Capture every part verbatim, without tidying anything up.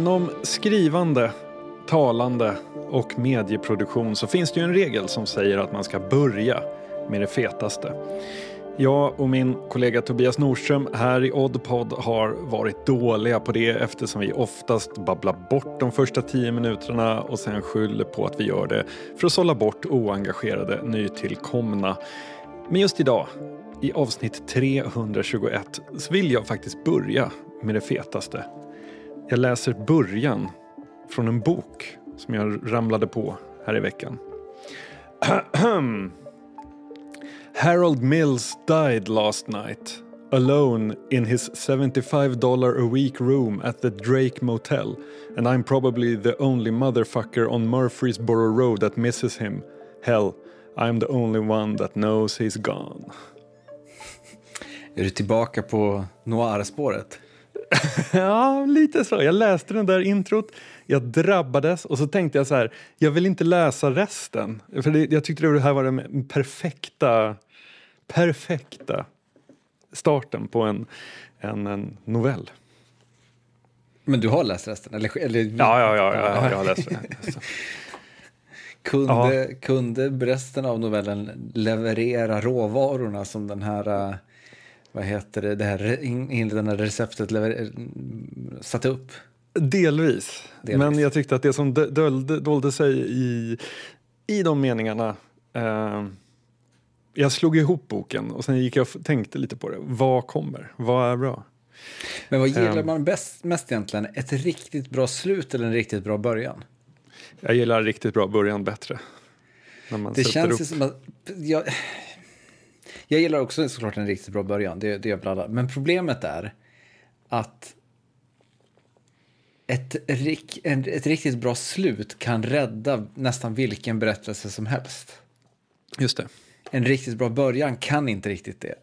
Inom skrivande, talande och medieproduktion så finns det ju en regel som säger att man ska börja med det fetaste. Jag och min kollega Tobias Nordström här i Oddpod har varit dåliga på det eftersom vi oftast babblar bort de första tio minuterna och sen skyller på att vi gör det för att sålla bort oengagerade nytillkomna. Men just idag, i avsnitt trehundratjugoett, så vill jag faktiskt börja med det fetaste. Jag läser början från en bok som jag ramlade på här i veckan. Harold Mills died last night, alone in his seventy-five dollars a week room at the Drake Motel, and I'm probably the only motherfucker on Murfreesboro Road that misses him. Hell, I'm the only one that knows he's gone. Är du tillbaka på noir-spåret? Ja, lite så. Jag läste den där introt, jag drabbades och så tänkte jag så här, jag vill inte läsa resten. För det, jag tyckte det här var den perfekta, perfekta starten på en, en, en novell. Men du har läst resten? Eller, eller... Ja, ja, ja, ja, jag har läst den. kunde, ja. kunde resten av novellen leverera råvarorna som den här... Vad heter det? Det här, in, den här receptet lever, satte upp? Delvis. Delvis. Men jag tyckte att det som dölde, dolde sig i, i de meningarna... Eh, jag slog ihop boken och sen gick jag och tänkte lite på det. Vad kommer? Vad är bra? Men vad gillar um, man bäst, mest egentligen? Ett riktigt bra slut eller en riktigt bra början? Jag gillar riktigt bra början bättre. När man det känns upp. som att... Jag, jag gillar också såklart en riktigt bra början. Det, det gör alla. Men problemet är att ett, ett, ett riktigt bra slut kan rädda nästan vilken berättelse som helst. Just det. En riktigt bra början kan inte riktigt det.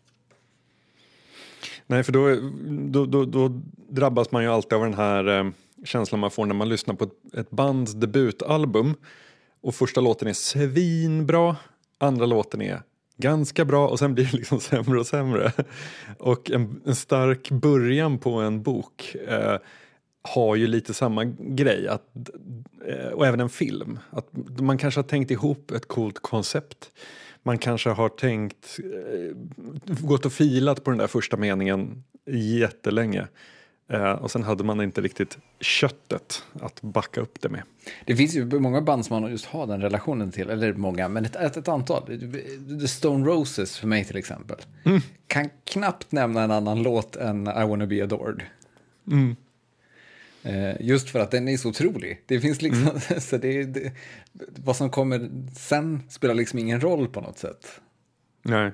Nej, för då, då, då, då drabbas man ju alltid av den här eh, känslan man får när man lyssnar på ett, ett bands debutalbum. Och första låten är svinbra, andra låten är ganska bra och sen blir det liksom sämre och sämre. Och en, en stark början på en bok eh, har ju lite samma grej. Att, eh, och även en film. Att man kanske har tänkt ihop ett coolt koncept. Man kanske har tänkt, eh, gått och filat på den där första meningen jättelänge. Eh, och sen hade man inte riktigt köttet att backa upp det med. Det finns ju många band som man just har den relationen till. Eller många, men ett, ett, ett antal. The Stone Roses för mig till exempel. Mm. Kan knappt nämna en annan låt än I Wanna Be Adored. Mm. Eh, just för att den är så otrolig. Det finns liksom... Mm. så det, det, vad som kommer sen spelar liksom ingen roll på något sätt. Nej.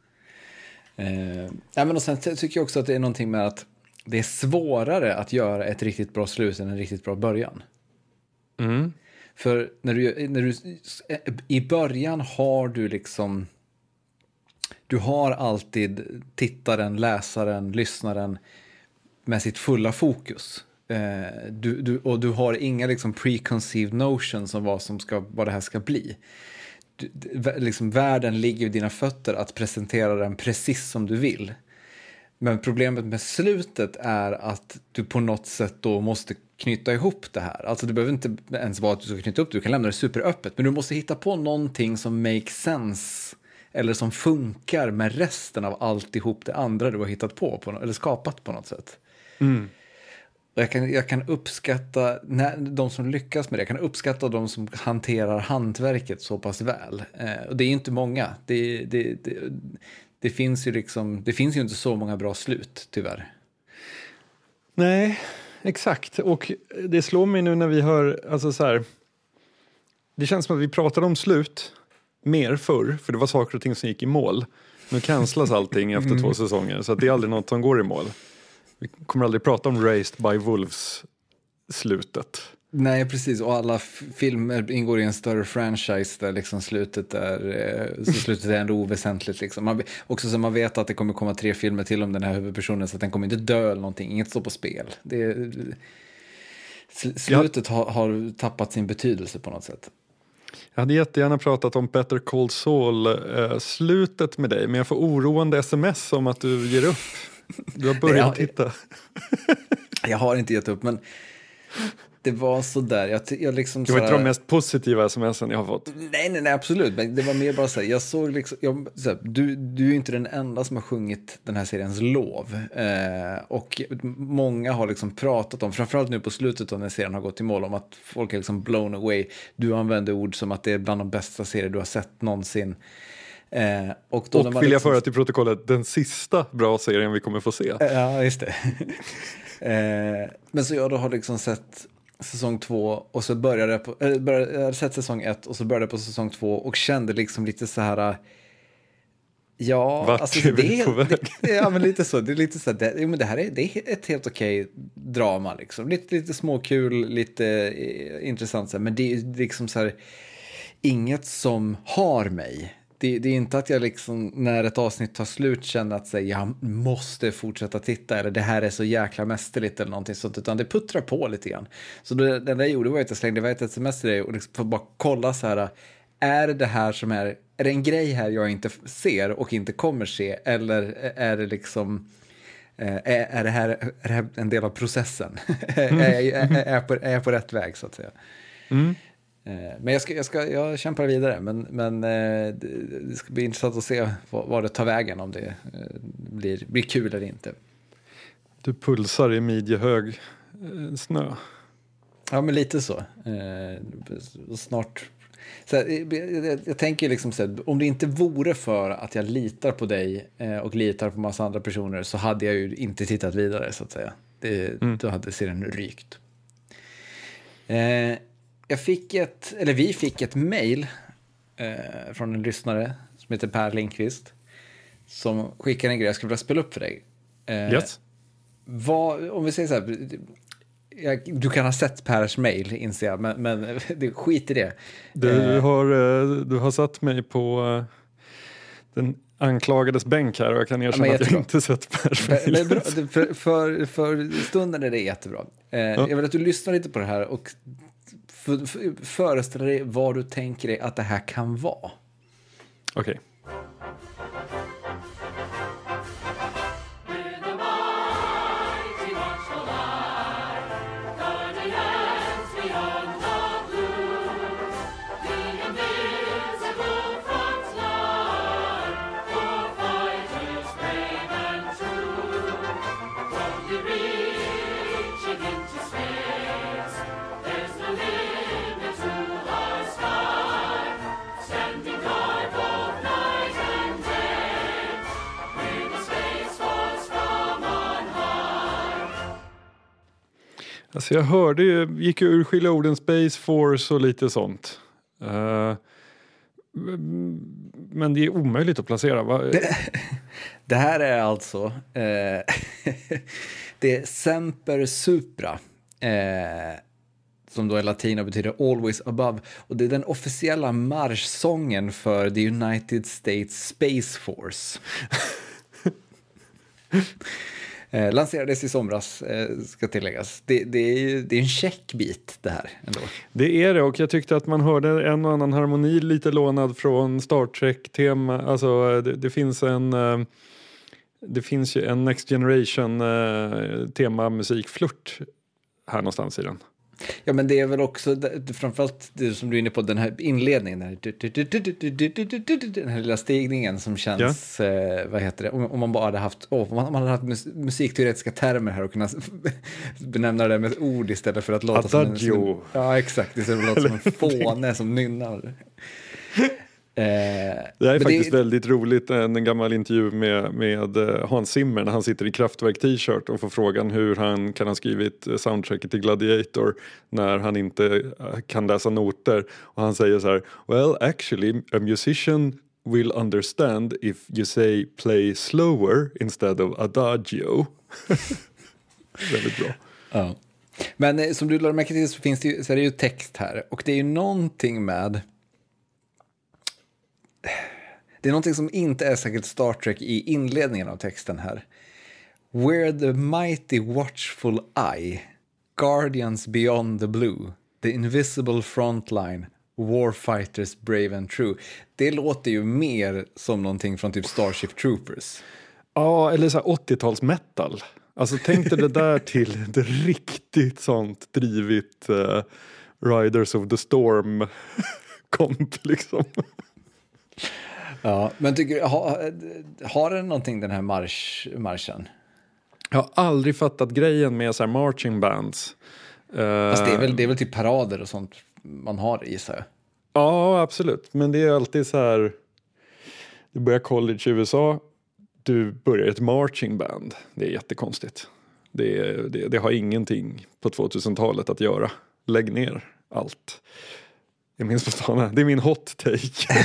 Eh, ja, men och sen tycker jag också att det är någonting med att det är svårare att göra ett riktigt bra slut än en riktigt bra början. Mm. För när du, när du i början har du liksom du har alltid tittaren, läsaren, lyssnaren med sitt fulla fokus. Eh, du, du, och du har inga liksom preconceived notions om vad, som ska, vad det här ska bli. Du, liksom, världen ligger vid dina fötter att presentera den precis som du vill. Men problemet med slutet är att du på något sätt då måste knyta ihop det här. Alltså det behöver inte ens vara att du ska knyta upp det. Du kan lämna det superöppet. Men du måste hitta på någonting som makes sense. Eller som funkar med resten av alltihop det andra du har hittat på. på eller skapat på något sätt. Mm. Och jag kan, jag kan uppskatta när, de som lyckas med det. Jag kan uppskatta de som hanterar hantverket så pass väl. Eh, och det är inte många. Det, det, det, det finns ju liksom, det finns ju inte så många bra slut, tyvärr. Nej, exakt. Och det slår mig nu när vi hör, alltså så här, det känns som att vi pratade om slut mer förr, för det var saker och ting som gick i mål. Nu cancelas allting efter två säsonger, så att det är aldrig något som går i mål. Vi kommer aldrig prata om Raised by Wolves slutet. Nej, precis. Och alla f- filmer ingår i en större franchise där liksom slutet är, så slutet är ändå oväsentligt. Liksom. Man, också så man vet att det kommer komma tre filmer till om den här huvudpersonen, så att den kommer inte dö eller någonting. Inget står på spel. Det, sl- slutet ja. har, har tappat sin betydelse på något sätt. Jag hade jättegärna pratat om Better Call Saul eh, slutet med dig, men jag får oroande sms om att du ger upp. Du har börjat jag, titta. Jag har inte gett upp, men Det var så där. Jag, jag liksom Det var så inte här, de mest positiva smsen jag har fått. Nej, nej, nej, absolut. Men det var mer bara så här, jag såg liksom, jag, så här, du, du är ju inte den enda som har sjungit den här seriens lov. Eh, och många har liksom pratat om, framförallt nu på slutet av när serien har gått i mål, om att folk är liksom blown away. Du använder ord som att det är bland de bästa serier du har sett någonsin. Eh, och då och när vill man jag liksom, föra till protokollet den sista bra serien vi kommer få se. Ja, just det. eh, men så jag då har liksom sett säsong två och så började jag på, äh, började, jag hade sett säsong ett och så började jag på säsong två och kände liksom lite så här, ja, vart alltså, är det vi är på väg? Det, ja, men lite så, det är lite så här, det, jo, men det här är, det är ett helt okej drama liksom, lite, lite småkul, lite eh, intressant så här, men det är liksom så här, inget som har mig. Det, det är inte att jag liksom, när ett avsnitt tar slut, känner att säga, jag måste fortsätta titta eller det här är så jäkla mästerligt eller någonting sånt, utan det puttrar på lite grann. Så det, det där jag gjorde var att jag slängde iväg ett sms till dig och liksom för bara kolla så här, är det här som är, är det en grej här jag inte ser och inte kommer se, eller är det liksom, är, är, det, här, är det här en del av processen? Mm. är, är, är, är, på, är jag på rätt väg så att säga? Mm. Men jag, ska, jag, ska, jag kämpar vidare, men, men det, det ska bli intressant att se vad, vad det tar vägen, om det blir, blir kul eller inte. Du pulsar i midjehög snö. Ja, men lite så. Snart. Så här, jag, jag tänker liksom så här, om det inte vore för att jag litar på dig och litar på massa andra personer, så hade jag ju inte tittat vidare så att säga. Det, mm. Då hade serien rykt. Eh, Jag fick ett, eller vi fick ett mejl eh, från en lyssnare som heter Per Lindqvist som skickar en grej jag skulle vilja spela upp för dig. Eh, yes. Vad, om vi säger så här, jag, du kan ha sett Pers mejl, inser jag, men, men det, skit i det. Du, eh, har, du har satt mig på den anklagades bänk här och jag kan erkänna ja, att jag inte sett Pers mejl. För, för, för stunden är det jättebra. Eh, ja. Jag vill att du lyssnar lite på det här och För, för, föreställa dig vad du tänker dig att det här kan vara. Okej. Okay. Alltså jag hörde ju, gick ju urskilja orden Space Force och lite sånt. Uh, men det är omöjligt att placera. Va? Det, det här är alltså eh, det är Semper Supra eh, som då är latin och betyder always above, och det är den officiella marschsången för the United States Space Force. Eh, lanserades i somras, eh, ska tilläggas. Det, det är ju det är en checkbit det här ändå. Det är det, och jag tyckte att man hörde en och annan harmoni lite lånad från Star Trek-tema. Alltså det, det finns en eh, det finns ju en Next Generation eh, tema musikflört här någonstans i den. Ja, men det är väl också det, framförallt det som du är inne på, den här inledningen, den här, den här lilla stigningen som känns, ja. eh, vad heter det, om, om man bara hade haft, oh, om man, om man hade haft mus, musikteoretiska termer här och kunnat benämna det med ett ord istället för att låta Adagio. som en, ja exakt, istället för att låta som en fåne som nynnar. Eh, det är faktiskt det, väldigt roligt, en gammal intervju med, med Hans Zimmer när han sitter i Kraftwerk t-shirt och får frågan hur han kan ha skrivit soundtracket till Gladiator när han inte kan läsa noter, och han säger så här: well actually a musician will understand if you say play slower instead of adagio. Väldigt bra. Ja. Men som du lade märke till så finns det ju, så är det ju text här, och det är ju någonting med det är någonting som inte är säkert Star Trek i inledningen av texten här. Where the mighty watchful eye, guardians beyond the blue, the invisible frontline, warfighters brave and true. Det låter ju mer som någonting från typ Starship Troopers. Ja, eller så här åttio-tals metal. Alltså tänk dig det där till ett riktigt sånt drivigt uh, Riders of the Storm komp liksom. Ja, men tycker har, har den någonting den här marsch, marschen? Jag har aldrig fattat grejen med så här marching bands. Fast det är väl, det är väl typ parader och sånt man har i sig. Ja, absolut. Men det är alltid så här, du börjar college i U S A, du börjar ett marching band. Det är jättekonstigt. Det, det, det har ingenting på tvåtusentalet att göra. Lägg ner allt. Jag minns spontana. Det är min hot take.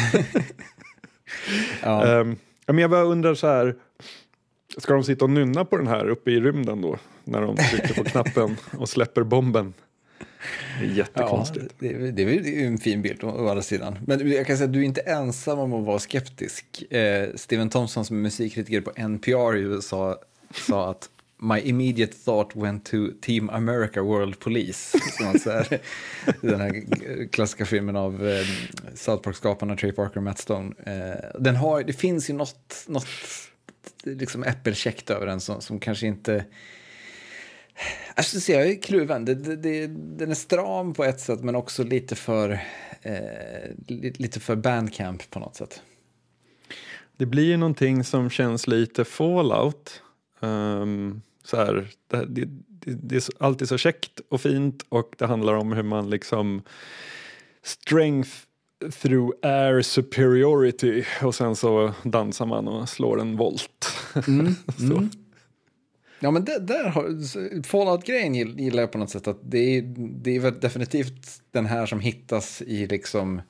Ja. um, men jag bara undrar så här, ska de sitta och nynna på den här uppe i rymden då? När de trycker på knappen och släpper bomben. Det är jättekonstigt. Ja, det, är, det är en fin bild å andra sidan. Men jag kan säga att du är inte ensam om att vara skeptisk. Eh, Steven Thompson som är musikkritiker på N P R i U S A sa att my immediate thought went to Team America World Police. Som man säger. Den här klassiska filmen av eh, South Park-skaparna Trey Parker och Matt Stone. Eh, den har, det finns ju något, något liksom äppelkäckt över den som, som kanske inte... Alltså, jag är kluven. Det, det, det, den är stram på ett sätt men också lite för eh, lite för Bandcamp på något sätt. Det blir ju någonting som känns lite Fallout. Um, så här, det, det, det, det är alltid så käckt och fint och det handlar om hur man liksom strength through air superiority och sen så dansar man och slår en volt. Mm, så. Mm. Ja, men det, där har, Fallout-grejen gillar jag på något sätt att det är, det är väl definitivt den här som hittas i liksom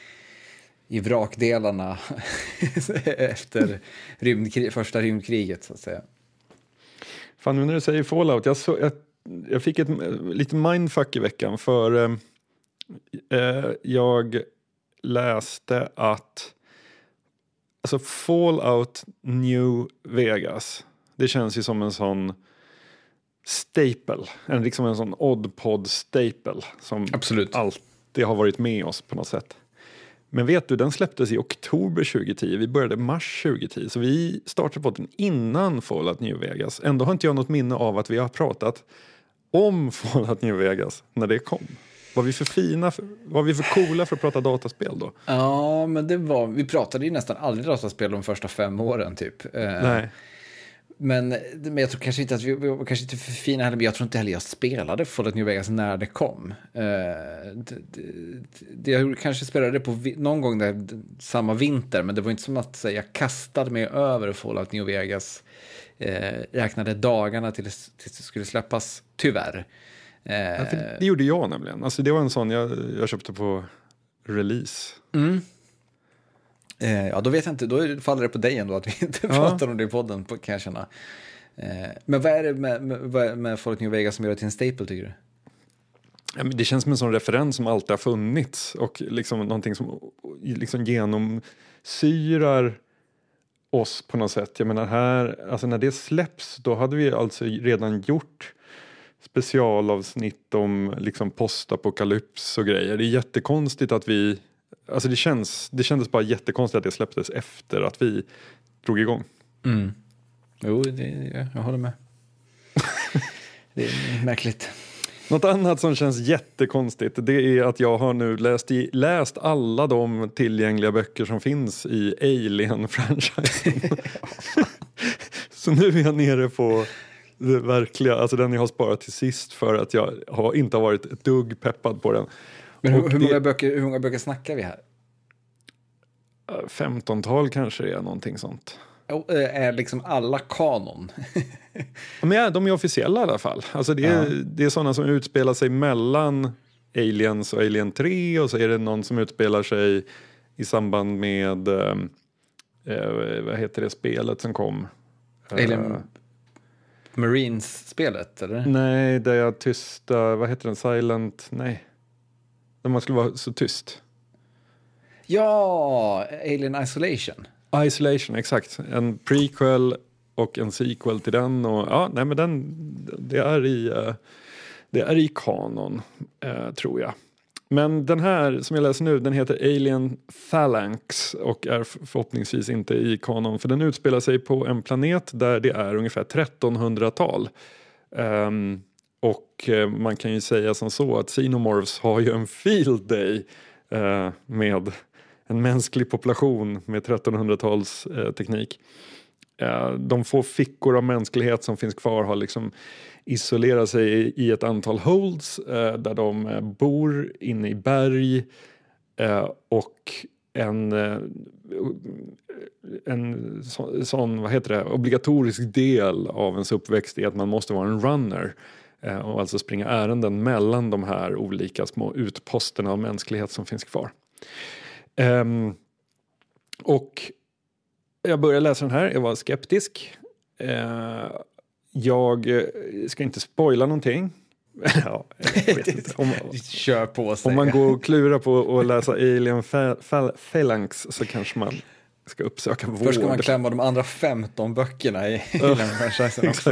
i vrakdelarna efter rymdkrig, första rymdkriget så att säga. Fan, nu när du säger Fallout, jag, så, jag, jag fick ett lite mindfuck i veckan för eh, jag läste att alltså Fallout New Vegas, det känns ju som en sån staple, en, liksom en sån oddpod staple som Absolut. alltid har varit med oss på något sätt. Men vet du, den släpptes i oktober tjugohundratio, vi började mars tjugohundratio, så vi startade på den innan Fallout New Vegas. Ändå har inte jag något minne av att vi har pratat om Fallout New Vegas när det kom. Var vi för fina, för, var vi för coola för att prata dataspel då? Ja, men det var, vi pratade ju nästan aldrig dataspel de första fem åren typ. Nej. Men, men jag tror kanske inte att vi, vi var kanske inte för fina heller, men jag tror inte heller jag spelade Fallout New Vegas när det kom. Uh, det, det, det, jag kanske spelade det på vi, någon gång där, samma vinter, men det var inte som att säga, jag kastade mig över Fallout New Vegas. Uh, räknade dagarna tills, tills det skulle släppas, tyvärr. Uh, ja, för det gjorde jag nämligen. Alltså det var en sån jag, jag köpte på release. Mm. Eh, ja, då vet jag inte, då faller det på dig ändå att vi inte ja. pratar om det i podden, på, kan jag känna. Eh, men vad är det med, med, med Fallout New Vegas som gör det till en staple, tycker du? Ja, men det känns som en sån referens som alltid har funnits och liksom någonting som liksom genomsyrar oss på något sätt. Jag menar här, alltså när det släpps, då hade vi alltså redan gjort specialavsnitt om liksom postapokalyps och grejer. Det är jättekonstigt att vi... Alltså det, känns, det kändes bara jättekonstigt att det släpptes efter att vi drog igång. Mm. Jo, det, jag håller med. Det är märkligt. Något annat som känns jättekonstigt, det är att jag har nu läst, i, läst alla de tillgängliga böcker som finns i Alien-franchisen. Så nu är jag nere på det verkliga, alltså den jag har sparat till sist för att jag har inte har varit ett dugg peppad på den. Men hur, hur, det, många böcker, hur många böcker snackar vi här? femtontal kanske är någonting sånt. Är liksom alla kanon? Men ja, de är officiella i alla fall. Alltså det är, ja. det är sådana som utspelar sig mellan Aliens och Alien tre, och så är det någon som utspelar sig i samband med eh, vad heter det spelet som kom? Alien uh, Marines-spelet, eller? Nej, det är tysta, vad heter den? Silent, nej. När man skulle vara så tyst. Ja, Alien Isolation. Isolation, exakt. En prequel och en sequel till den. Och, ja, nej, men den, det är i, det är i kanon, eh, tror jag. Men den här som jag läser nu, den heter Alien Phalanx och är förhoppningsvis inte i kanon, för den utspelar sig på en planet där det är ungefär trettonhundratal. Um, och uh, man kan ju säga som så att Xenomorphs har ju en field day uh, med en mänsklig population med trettonhundratals uh, teknik. Uh, de få fickor av mänsklighet som finns kvar har liksom isolerat sig i, i ett antal holds uh, där de uh, bor inne i berg uh, och en, uh, en så, sån, vad heter det, obligatorisk del av ens uppväxt är att man måste vara en runner uh, och alltså springa ärenden mellan de här olika små utposterna av mänsklighet som finns kvar. Um, och jag började läsa den här, jag var skeptisk. Uh, jag ska inte spoila någonting. Ja, jag vet inte. Om, Kör på sig. Om man går och klurar på att läsa Alien Phalanx så kanske man ska uppsöka vård. Först ska man klämma de andra femton böckerna i Alien-franchisen också.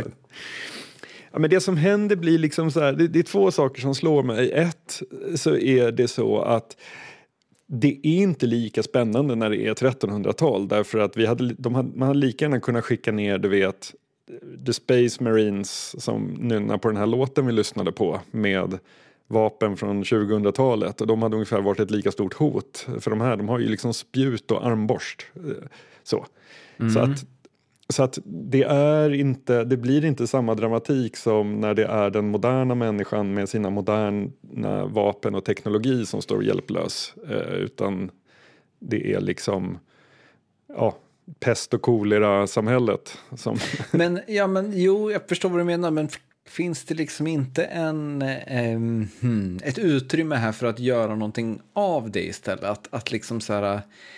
Ja, men det som händer blir liksom så här, det, det är två saker som slår mig. Ett, så är det så att det är inte lika spännande när det är trettonhundratal, därför att vi hade, de hade, man hade lika gärna kunnat skicka ner, du vet, The Space Marines som nynnar på den här låten vi lyssnade på med vapen från tjugohundratalet, och de hade ungefär varit ett lika stort hot, för de här, de har ju liksom spjut och armborst så. Mm. Så att Så att det är inte, det blir inte samma dramatik som när det är den moderna människan med sina moderna vapen och teknologi som står hjälplös. Eh, utan det är liksom, ja, pest och kolera samhället. Som men, ja, men jo, jag förstår vad du menar, men finns det liksom inte en, eh, hmm, ett utrymme här för att göra någonting av det istället? Att, att liksom så här...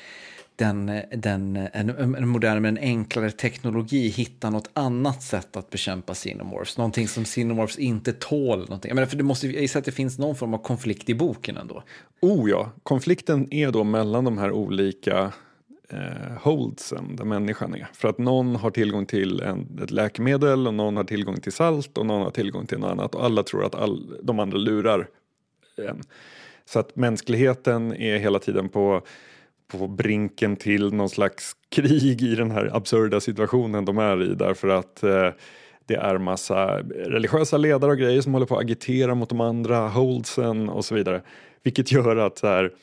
Den, den, en, en modern men enklare teknologi hittar något annat sätt att bekämpa Xenomorphs. Någonting som Xenomorphs inte tål. Någonting. Jag menar, för det måste ju att det finns någon form av konflikt i boken ändå. Oh ja, konflikten är då mellan de här olika eh, holdsen där människan är. För att någon har tillgång till en, ett läkemedel och någon har tillgång till salt och någon har tillgång till något annat. Och alla tror att all, de andra lurar en. Så att mänskligheten är hela tiden på på brinken till någon slags krig i den här absurda situationen de är i, därför att eh, det är massa religiösa ledare och grejer som håller på att agitera mot de andra holdsen och så vidare, vilket gör att så här,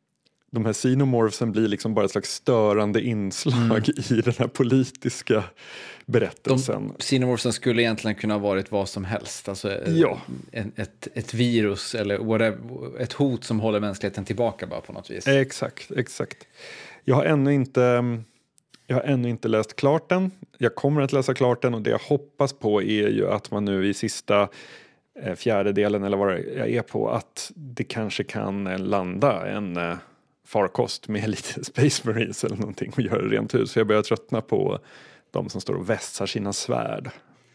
de här Xenomorphsen blir liksom bara ett slags störande inslag mm. i den här politiska berättelsen. De Xenomorphsen skulle egentligen kunna ha varit vad som helst. Alltså ja. en, ett, ett virus eller whatever, ett hot som håller mänskligheten tillbaka bara på något vis. Exakt, exakt. Jag har ännu inte, jag har ännu inte läst klart den. Jag kommer att läsa klart den, och det jag hoppas på är ju att man nu i sista eh, fjärdedelen eller vad jag är på, att det kanske kan eh, landa en eh, farkost med lite Space Marines eller någonting och göra rent hus. För jag börjar tröttna på de som står och vässar sina svärd.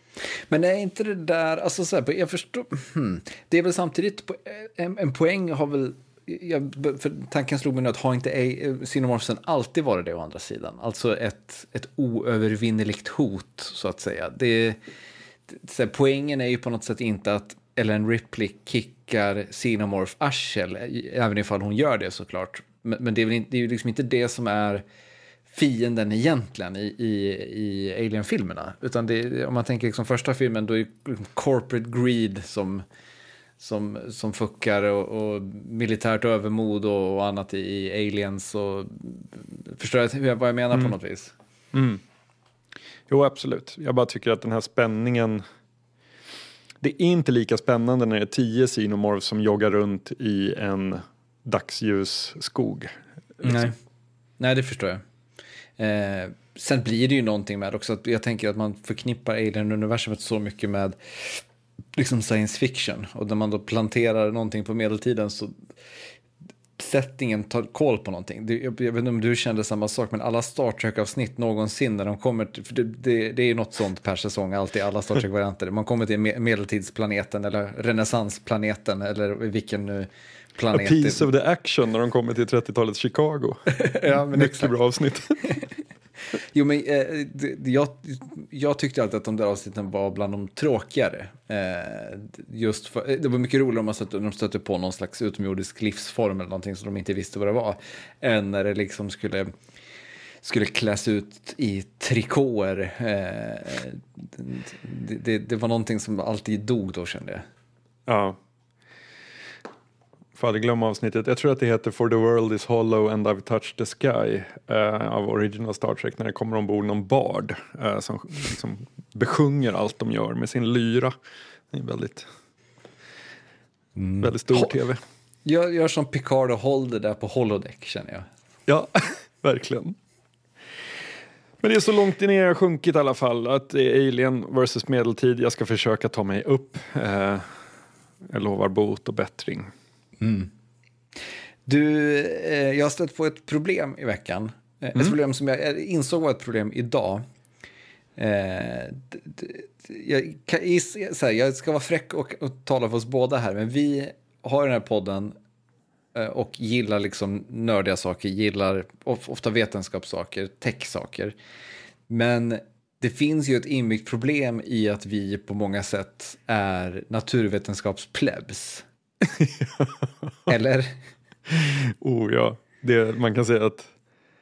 Men är inte det där, alltså så här, jag förstår, hmm, det är väl samtidigt, en, en poäng har väl, jag, för tanken slog mig nu att har inte Xenomorphsen alltid varit det å andra sidan? Alltså ett, ett oövervinneligt hot, så att säga. Det, så här, poängen är ju på något sätt inte att Ellen Ripley kickar Xenomorph arsel, även ifall hon gör det såklart. Men, men det är väl inte, det är ju liksom inte det som är fienden egentligen i, i, i Alien-filmerna. Utan det, om man tänker liksom första filmen, då är det corporate greed som, som, som fuckar och, och militärt övermod och, och annat i, i Aliens. Och, förstår jag hur jag, vad jag menar mm. på något vis? Mm. Jo, absolut. Jag bara tycker att den här spänningen, det är inte lika spännande när det är tio Xenomorphs som joggar runt i en dagsljusskog. Liksom. Nej. Nej, det förstår jag. Eh, sen blir det ju någonting med också, att jag tänker att man förknippar Alien-universumet så mycket med liksom science fiction, och när man då planterar någonting på medeltiden så settingen tar koll på någonting. Det, jag, jag vet inte om du kände samma sak, men alla Star Trek-avsnitt någonsin när de kommer till, för det, det, det är ju något sånt per säsong, alltid alla Star Trek-varianter. Man kommer till medeltidsplaneten eller renässansplaneten eller vilken nu planet. A piece of the action när de kommer till trettiotalets Chicago. Ja, men mycket bra avsnitt. Jo, men eh, det, jag, jag tyckte alltid att de där avsnitten var bland de tråkigare. Eh, just för, det var mycket roligare om man stötte, de stötte på någon slags utomjordisk livsform eller någonting som de inte visste vad det var. Än när det liksom skulle, skulle kläs ut i trikåer. Eh, det, det, det var någonting som alltid dog då, kände jag. Ja. Får aldrig glömma avsnittet. Jag tror att det heter For the world is hollow and I've touched the sky uh, av original Star Trek, när det kommer ombord någon bard uh, som liksom besjunger allt de gör med sin lyra. Det är väldigt mm. väldigt stor Ho- tv. Jag gör som Picard och håller det där på holodeck, känner jag. Ja, verkligen. Men det är så långt ner jag sjunkit i alla fall att det är Alien versus medeltid. Jag ska försöka ta mig upp. Uh, jag lovar bot och bättring. Mm. Du, eh, jag har stött på ett problem i veckan. Eh, mm. Ett problem som jag insåg var ett problem idag. Eh, d- d- jag, kan, så här, jag ska vara fräck och, och tala för oss båda här, men vi har den här podden eh, och gillar liksom nördiga saker, gillar of, ofta vetenskapssaker, tech-saker. Men det finns ju ett inbyggt problem i att vi på många sätt är naturvetenskapsplebs. Eller? Oh ja, det, man kan säga att,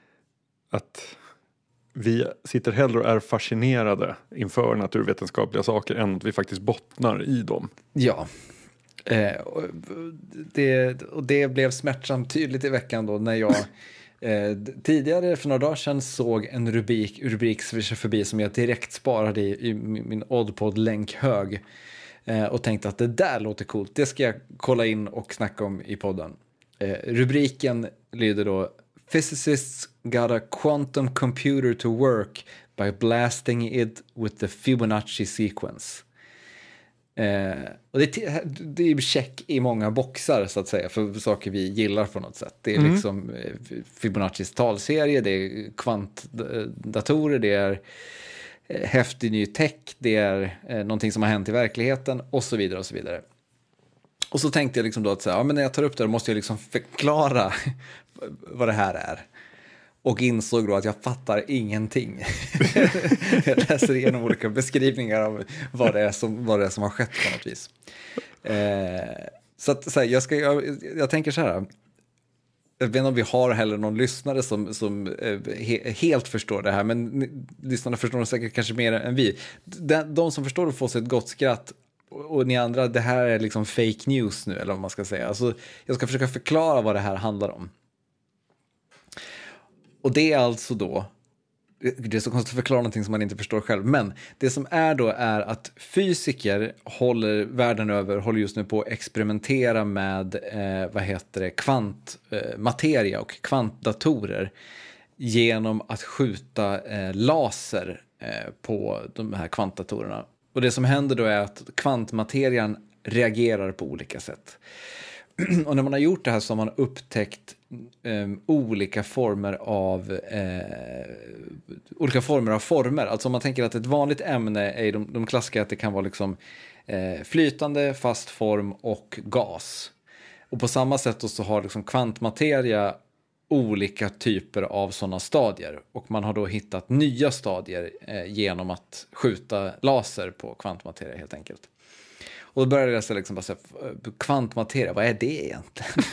att vi sitter hellre och är fascinerade inför naturvetenskapliga saker än att vi faktiskt bottnar i dem. Ja, eh, och det, och det blev smärtsamt tydligt i veckan då när jag eh, tidigare för några dagar sedan såg en rubrik, rubrik swisha förbi som jag direkt sparade i, i min Oddpod-länkhög. Eh, och tänkte att det där låter coolt. Det ska jag kolla in och snacka om i podden. Eh, rubriken lyder då: Physicists got a quantum computer to work by blasting it with the Fibonacci sequence. Eh, och det, det är check i många boxar så att säga för saker vi gillar på något sätt. Det är mm. liksom eh, Fibonaccis talserie, det är kvantdatorer, det är häftig ny tech, det är eh, någonting som har hänt i verkligheten och så vidare och så vidare. Och så tänkte jag liksom då att så här, ja, men när jag tar upp det måste jag liksom förklara vad det här är. Och insåg då att jag fattar ingenting. Jag läser igenom olika beskrivningar av vad det är som, vad det är som har skett på något vis. Eh, så att så här, jag, ska, jag, jag tänker så här. Jag vet inte om vi har heller någon lyssnare som, som eh, he, helt förstår det här, men ni, lyssnarna förstår det säkert kanske mer än vi. De, de som förstår det får sig ett gott skratt, och, och ni andra, det här är liksom fake news nu, eller vad man ska säga. Alltså, jag ska försöka förklara vad det här handlar om. Och det är alltså då, det är så konstigt att förklara någonting som man inte förstår själv, men det som är då är att fysiker håller världen över, håller just nu på att experimentera med eh, vad heter det, kvantmateria eh, och kvantdatorer genom att skjuta eh, laser eh, på de här kvantdatorerna. Och det som händer då är att kvantmaterian reagerar på olika sätt. Och när man har gjort det här så har man upptäckt um, olika former av uh, olika former av former. Alltså om man tänker att ett vanligt ämne är de, de klassiska, att det kan vara liksom uh, flytande, fast form och gas. Och på samma sätt så har liksom kvantmateria olika typer av sådana stadier. Och man har då hittat nya stadier uh, genom att skjuta laser på kvantmateria helt enkelt. Och då började jag så liksom bara säga, kvantmateria, vad är det egentligen?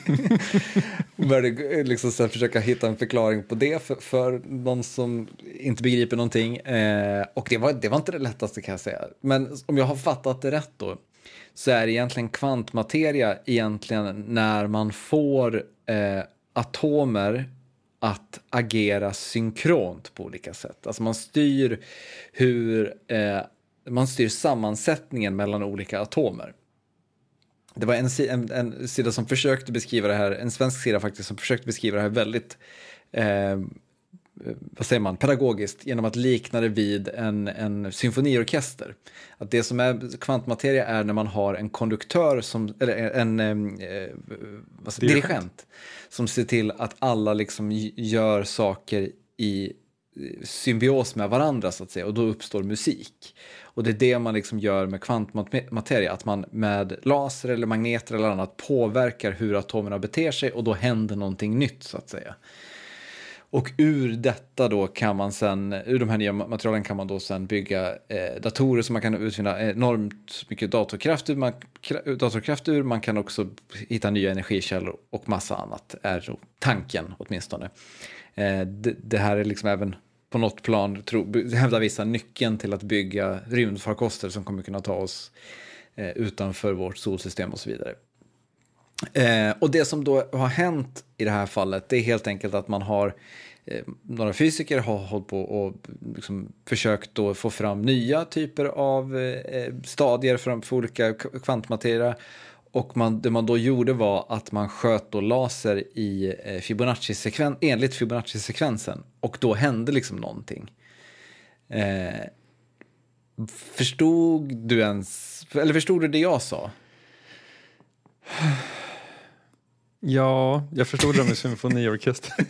Och började liksom så försöka hitta en förklaring på det för, för någon som inte begriper någonting. Eh, och det var, det var inte det lättaste, kan jag säga. Men om jag har fattat det rätt då, så är det egentligen kvantmateria egentligen när man får eh, atomer att agera synkront på olika sätt. Alltså man styr hur... Eh, Man styr sammansättningen mellan olika atomer. Det var en, en, en sida som försökte beskriva det här, en svensk sida faktiskt, som försökte beskriva det här väldigt, eh, vad säger man, pedagogiskt, genom att likna det vid en, en symfoniorkester. Att det som är kvantmateria är när man har en konduktör, som, eller en eh, vad säger, dirigent, som ser till att alla liksom gör saker i symbios med varandra så att säga, och då uppstår musik. Och det är det man liksom gör med kvantmateria, att man med laser eller magneter eller annat påverkar hur atomerna beter sig, och då händer någonting nytt så att säga. Och ur detta då kan man sen, ur de här nya materialen kan man då sen bygga eh, datorer som man kan utvinna enormt mycket datorkraft ur, man, datorkraft ur. Man kan också hitta nya energikällor och massa annat, är då tanken åtminstone. Eh, det, det här är liksom även på något plan, tro, hävdar vissa, nyckeln till att bygga rymdfarkoster som kommer kunna ta oss eh, utanför vårt solsystem och så vidare. Eh, och det som då har hänt i det här fallet, det är helt enkelt att man har eh, några fysiker har hållit på och liksom försökt då få fram nya typer av eh, stadier för, för olika kvantmateria, och man, det man då gjorde var att man sköt då laser i eh, Fibonacci-sekven, enligt Fibonacci-sekvensen, och då hände liksom någonting. Eh, förstod du ens, eller förstod du det jag sa? Ja, jag förstod det med symfoniorkester.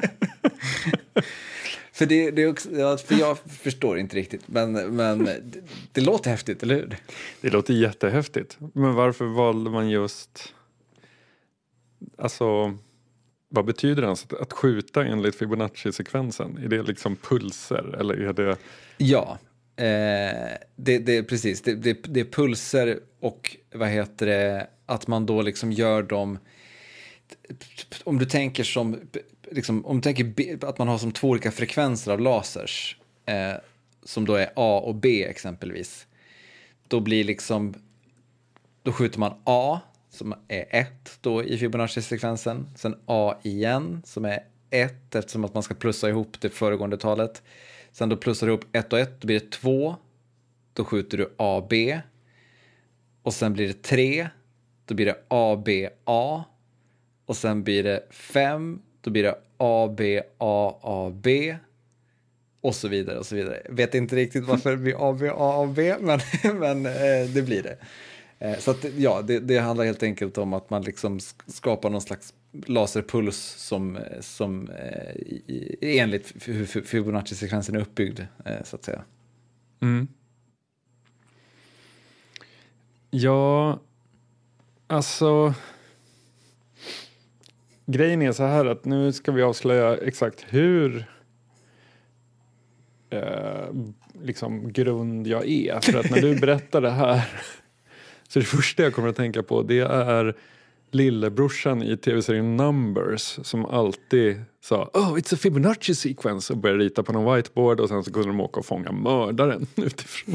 För, det, det är också, ja, för jag förstår inte riktigt, men, men det, det låter häftigt, eller hur? Det låter jättehäftigt. Men varför valde man just... Alltså, vad betyder det ens att, att skjuta enligt Fibonacci-sekvensen? Är det liksom pulser, eller är det... Ja, eh, det, det är precis. Det, det, det är pulser och vad heter det, att man då liksom gör dem... Om du tänker som liksom, om du tänker att man har som två olika frekvenser av lasers eh, som då är A och B exempelvis, då blir liksom då skjuter man A som är ett då i Fibonacci-sekvensen, sen A igen som är ett eftersom att man ska plussa ihop det föregående talet, sen då plussar du ihop ett och ett, då blir det två, då skjuter du A B, och sen blir det tre, då blir det A B A, och sen blir det fem, då blir det A, B, A, A, B och så vidare och så vidare. Jag vet inte riktigt varför det blir A, B, A, A, B, men, men eh, det blir det. Eh, så att, ja, det, det handlar helt enkelt om att man liksom skapar någon slags laserpuls som, som eh, i, enligt hur Fibonacci-sekvensen är uppbyggd, eh, så att säga. Mm. Ja, alltså... Grejen är så här att nu ska vi avslöja exakt hur eh, liksom grund jag är. För att när du berättar det här så det första jag kommer att tänka på, det är lillebrorsan i tv-serien Numbers som alltid sa oh it's a Fibonacci sequence och började rita på någon whiteboard, och sen så kunde de åka och fånga mördaren utifrån.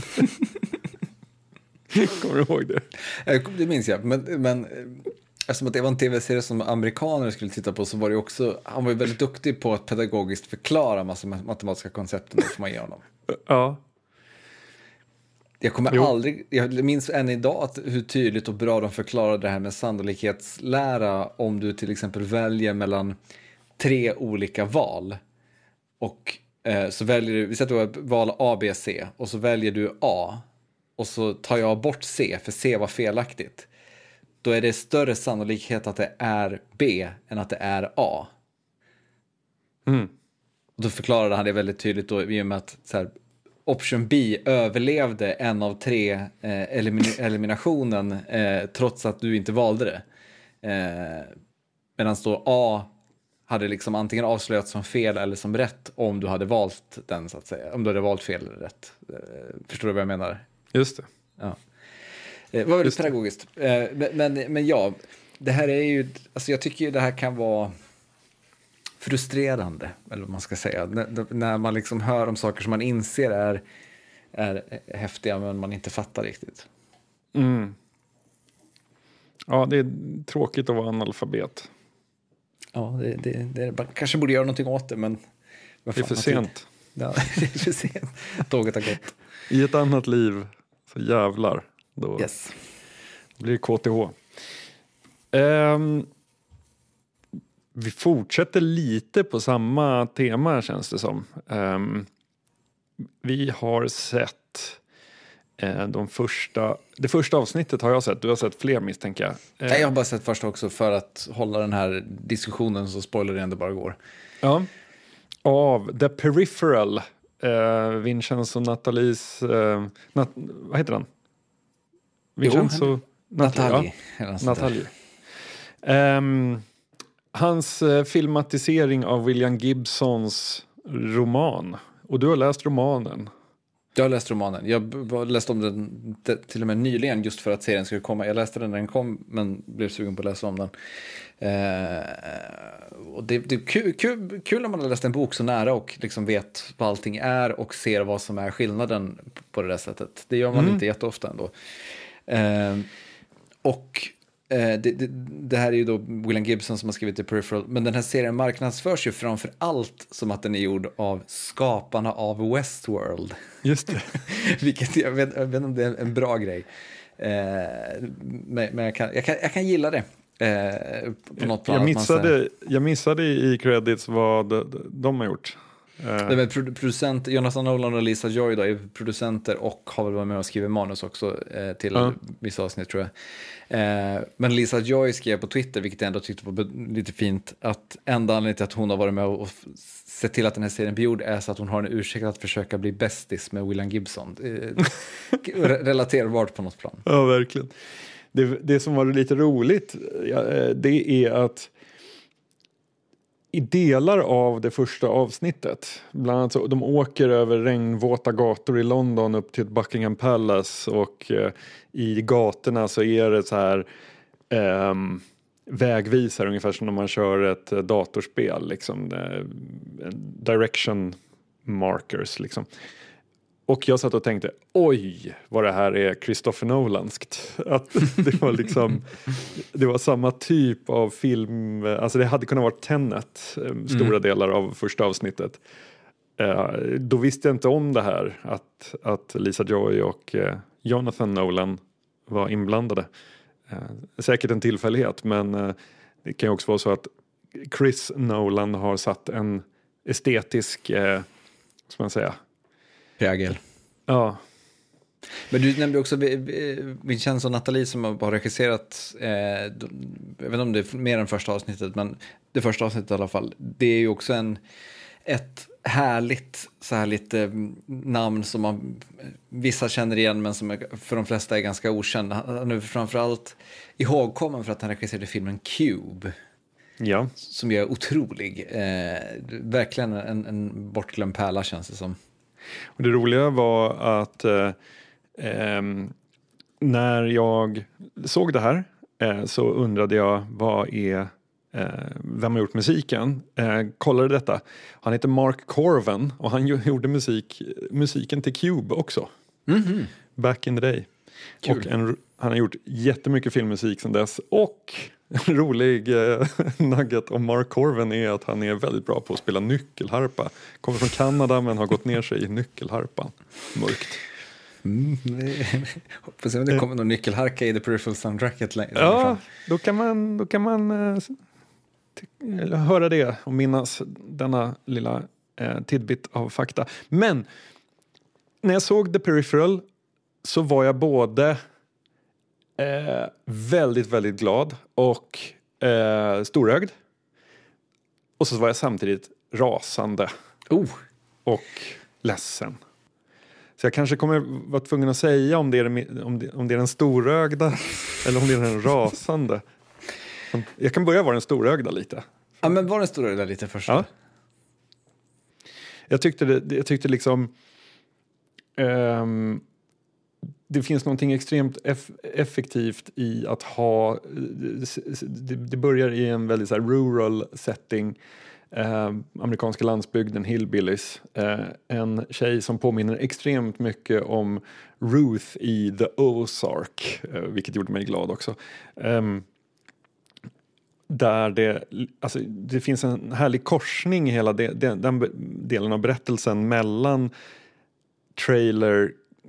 Kommer du ihåg det? Det minns jag, men... men... Eftersom att det var en tv-serie som amerikaner skulle titta på, så var det också, han var ju väldigt duktig på att pedagogiskt förklara massa matematiska koncept, och får man ge honom. Ja. Jag kommer Jo. aldrig, jag minns än idag att hur tydligt och bra de förklarade det här med sannolikhetslära om du till exempel väljer mellan tre olika val. Och eh, så väljer du, vi säger att du har val A, B, C, och så väljer du A, och så tar jag bort C, för C var felaktigt. Då är det större sannolikhet att det är B än att det är A. Mm. Då förklarade han det väldigt tydligt då, i och med att så här, option B överlevde en av tre eh, elimin- eliminationen eh, trots att du inte valde det. Eh, Medan då A hade liksom antingen avslöjats som fel eller som rätt om du hade valt den, så att säga. Om du hade valt fel eller rätt. Eh, förstår du vad jag menar? Just det. Ja. Det var väldigt pedagogiskt. Men, men ja, det här är ju, alltså jag tycker ju det här kan vara frustrerande, eller vad man ska säga. När, när man liksom hör om saker som man inser är, är häftiga, men man inte fattar riktigt. Mm. Ja, det är tråkigt att vara analfabet. Ja, det, det, det, man kanske borde göra någonting åt det, men... Det är för sent. Ja, det är för sent. Tåget har gått. I ett annat liv, så jävlar. Då yes. blir det K T H. Um, vi fortsätter lite på samma tema, känns det som. Um, vi har sett uh, de första... Det första avsnittet har jag sett. Du har sett fler, misstänker jag. Uh, Nej, jag har bara sett första också för att hålla den här diskussionen så spoiler det ändå bara går. Ja. Av The Peripheral. Uh, Vincenzo Natalies... Uh, Nat, vad heter han? Vincenzo Nathalie. Ja, Nathalie. Um, hans eh, filmatisering av William Gibsons roman. Och du har läst romanen. Jag har läst romanen. Jag b- läste om den t- till och med nyligen just för att serien skulle komma. Jag läste den när den kom men blev sugen på att läsa om den. Eh, och det, det är kul, kul, kul när man har läst en bok så nära och liksom vet vad allting är och ser vad som är skillnaden på det där sättet. Det gör man Mm. inte jätteofta ändå. Eh, och eh, det, det, det här är ju då William Gibson som har skrivit The Peripheral, men den här serien marknadsförs ju framför allt som att den är gjord av skaparna av Westworld. Just det. Vilket jag vet, jag vet inte om det är en bra grej. Eh, men men jag, kan, jag, kan, jag kan gilla det. Eh, på något plan. Jag att man säger- missade, jag missade i credits vad de, de har gjort. Eh, Det är produ- producent, Jonathan Nolan och Lisa Joy då, är producenter och har väl varit med och skrivit manus också eh, till Ja. vissa avsnitt tror jag. Eh, men Lisa Joy skrev på Twitter, vilket jag ändå tyckte var be- lite fint, att enda anledningen till att hon har varit med och, och f- sett till att den här serien blir gjord är så att hon har en ursäkt att försöka bli bästis med William Gibson. Eh, re- relaterbart på något plan. Ja, verkligen. Det, det som var lite roligt, ja, eh, det är att i delar av det första avsnittet, bland annat så, de åker över regnvåta gator i London upp till ett Buckingham Palace och eh, i gatorna så är det så här ehm, vägvisare ungefär som när man kör ett eh, datorspel liksom, eh, direction markers liksom. Och jag satt och tänkte, oj vad det här är Christopher Nolanskt. Att det var liksom, det var samma typ av film, alltså det hade kunnat vara Tenet, eh, stora Mm. delar av första avsnittet. Eh, då visste jag inte om det här, att, att Lisa Joy och eh, Jonathan Nolan var inblandade. Eh, säkert en tillfällighet, men eh, det kan ju också vara så att Chris Nolan har satt en estetisk, eh, ska man säga, Prägel. ja. Men du nämnde också Vincenzo och Nathalie som har regisserat, eh, de- jag vet inte om det är mer än första avsnittet, men det första avsnittet i alla fall. Det är ju också en, ett härligt, så här lite mm, namn som man, vissa känner igen men som är, för de flesta är ganska okänd. Han är framförallt ihågkommen för att han regisserade filmen Cube, Ja. som är otrolig. Eh, verkligen en, en bortglömd pärla känns det som. Och det roliga var att eh, ehm, när jag såg det här eh, så undrade jag vad är eh, vem har gjort musiken. Eh, kollade detta. Han heter Mark Corven och han ju- gjorde musik, musiken till Cube också. Mhm. Back in the day. Kul. Och en, han har gjort jättemycket filmmusik sedan dess. Och en rolig eh, nugget om Mark Corven är att han är väldigt bra på att spela nyckelharpa. Kommer från Kanada men har gått ner sig i nyckelharpan. Mörkt. Mm, det- hoppas om det kommer någon nyckelharka i The Peripheral Soundtracket längre Ja, fram. då kan man, då kan man eh, ty- eller höra det och minnas denna lilla eh, tidbit av fakta. Men när jag såg The Peripheral så var jag både eh, väldigt, väldigt glad och eh, storögd. Och så var jag samtidigt rasande Oh, och ledsen. Så jag kanske kommer vara tvungen att säga om det är, den- om det, om det är den storögda eller om det är den rasande. Jag kan börja vara den storögda lite. ja, men var den stora där lite först? Ja. Jag tyckte, det, jag tyckte liksom ehm, det finns någonting extremt eff, effektivt i att ha det, det börjar i en väldigt så här rural setting, eh, amerikanska landsbygden, hillbillies, eh, en tjej som påminner extremt mycket om Ruth i The Ozark, eh, vilket gjorde mig glad också. Ehm, där det, alltså, det finns en härlig korsning i hela det, den, den delen av berättelsen mellan trailer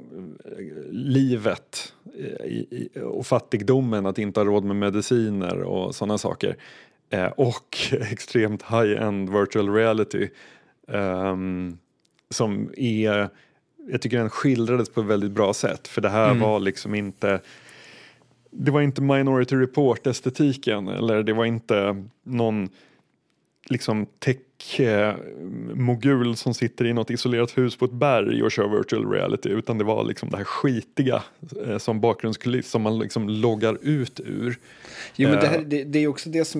livet i, i, och fattigdomen, att inte ha råd med mediciner och sådana saker, eh, och extremt high-end virtual reality, um, som är, jag tycker den skildrades på ett väldigt bra sätt, för det här Mm. var liksom inte, det var inte Minority Report-estetiken, eller det var inte någon liksom tech-mogul som sitter i något isolerat hus på ett berg och kör virtual reality, utan det var liksom det här skitiga eh, som bakgrundskuliss som man liksom loggar ut ur. Jo, men det, här, det, det är också det som är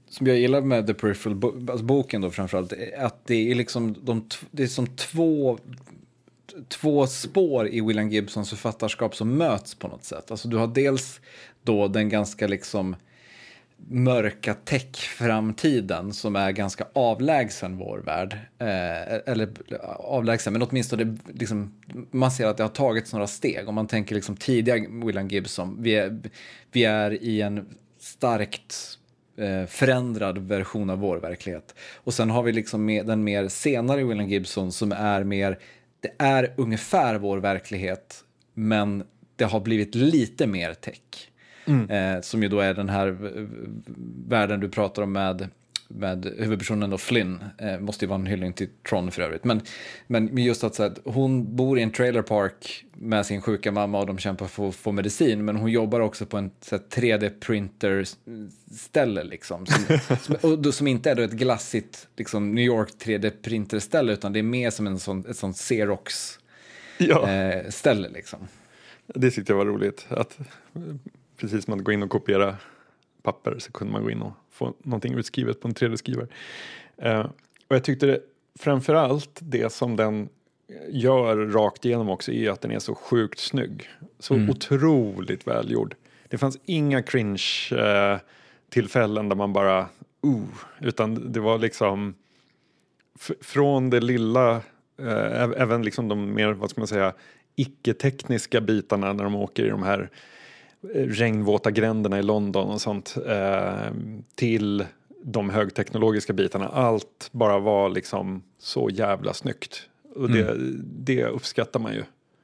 som jag gillar med The Peripheral, bo- alltså boken då framförallt, är att det är liksom de t- det är som två två spår i William Gibsons författarskap som möts på något sätt. Alltså du har dels då den ganska liksom mörka tech-framtiden som är ganska avlägsen vår värld. Eh, eller avlägsen, men åtminstone liksom, man ser att det har tagits några steg. Om man tänker liksom tidiga William Gibson, vi är, vi är i en starkt eh, förändrad version av vår verklighet. Och sen har vi liksom med, den mer senare William Gibson som är mer, det är ungefär vår verklighet, men det har blivit lite mer tech. Mm. Eh, som ju då är den här v- världen du pratar om med, med huvudpersonen då Flynn. Eh, måste ju vara en hyllning till Tron för övrigt. Men, men just att, så att hon bor i en trailerpark med sin sjuka mamma och de kämpar för att få medicin. Men hon jobbar också på en så här, tre D-printer-ställe liksom. Som, som, och då, som inte är då ett glassigt liksom, New York tre D-printer-ställe, utan det är mer som en sån, ett sånt Xerox-ställe. Ja. Eh, liksom. Det tyckte jag var roligt. Att precis som att gå in och kopiera papper så kunde man gå in och få någonting utskrivet på en tre D-skrivare. Eh, och jag tyckte det, framförallt det som den gör rakt igenom också är att den är så sjukt snygg. Så mm. otroligt välgjord. Det fanns inga cringe eh, tillfällen där man bara uh, utan det var liksom f- från det lilla eh, även liksom de mer, vad ska man säga, icke-tekniska bitarna när de åker i de här regnvåta gränderna i London och sånt eh, till de högteknologiska bitarna. Allt bara var liksom så jävla snyggt. Och det, mm. det uppskattar man ju.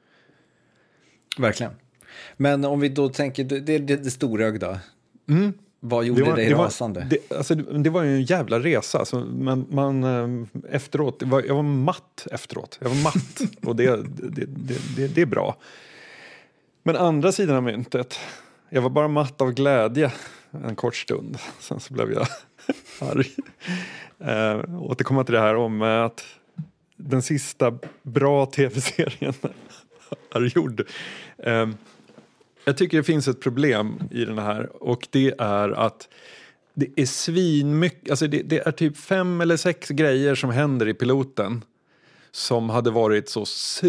Verkligen. Men om vi då tänker, det, det, det storögda. Mm. Vad gjorde det var, dig det rasande? Var, det, alltså, det, det var ju en jävla resa. Alltså, man, man, efteråt, det var, jag var matt efteråt. Jag var matt. Och det, det, det, det, det är bra. Men andra sidan av myntet, jag var bara matt av glädje en kort stund. Sen så blev jag arg. Äh, återkomma till det här om att den sista bra tv-serien är gjord. Äh, jag tycker det finns ett problem i den här, och det är att det är svinmycket, alltså det, det är typ fem eller sex grejer som händer i piloten som hade varit så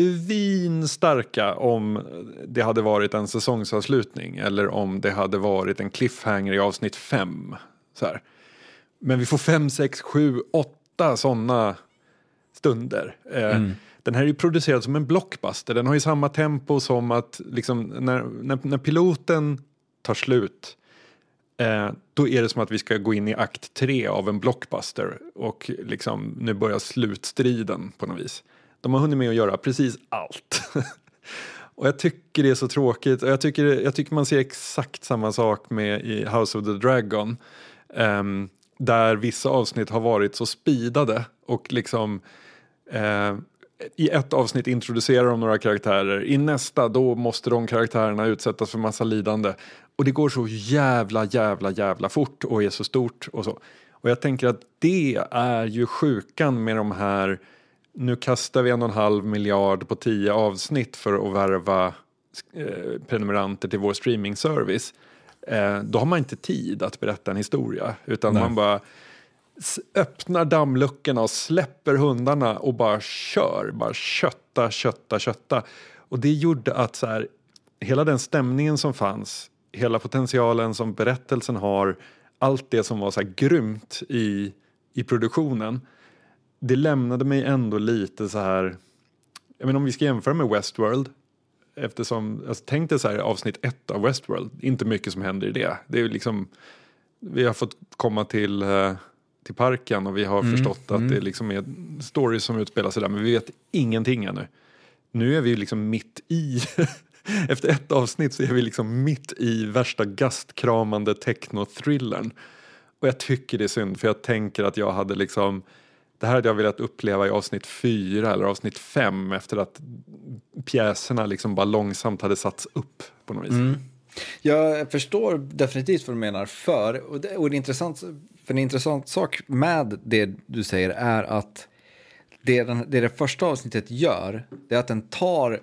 svinstarka om det hade varit en säsongsavslutning eller om det hade varit en cliffhanger i avsnitt fem. Så här. Men vi får fem, sex, sju, åtta sådana stunder. Mm. Den här är ju producerad som en blockbuster. Den har ju samma tempo som att liksom, när, när, när piloten tar slut eh, då är det som att vi ska gå in i akt tre av en blockbuster och liksom, nu börjar slutstriden på något vis. De har hunnit med att göra precis allt. Och jag tycker det är så tråkigt. Och jag tycker, jag tycker man ser exakt samma sak med i House of the Dragon. Eh, där vissa avsnitt har varit så speedade och liksom eh, i ett avsnitt introducerar de några karaktärer. I nästa då måste de karaktärerna utsättas för massa lidande. Och det går så jävla, jävla, jävla fort och är så stort och så. Och jag tänker att det är ju sjukan med de här, nu kastar vi en och en halv miljard på tio avsnitt för att värva eh, prenumeranter till vår streamingservice. Eh, då har man inte tid att berätta en historia. Utan Nej. man bara öppnar dammluckorna och släpper hundarna och bara kör. Bara kötta, kötta, kötta. Och det gjorde att så här, hela den stämningen som fanns, hela potentialen som berättelsen har, allt det som var så här grymt i, i produktionen, det lämnade mig ändå lite så här, jag menar om vi ska jämföra med Westworld, eftersom, alltså, tänk dig så här avsnitt ett av Westworld, inte mycket som händer i det. Det är ju liksom, vi har fått komma till till parken och vi har mm, förstått att mm. det liksom är stories som utspelar sig där, men vi vet ingenting ännu. Nu är vi liksom mitt i efter ett avsnitt så är vi liksom mitt i värsta gastkramande techno-thrillern. Och jag tycker det är synd, för jag tänker att jag hade liksom, det här hade jag velat uppleva i avsnitt fyra eller avsnitt fem efter att pjäserna liksom bara långsamt hade satts upp på något vis. Mm. Jag förstår definitivt vad du menar, för och det, och det är intressant, för en intressant sak med det du säger är att det, den, det det första avsnittet gör, det är att den tar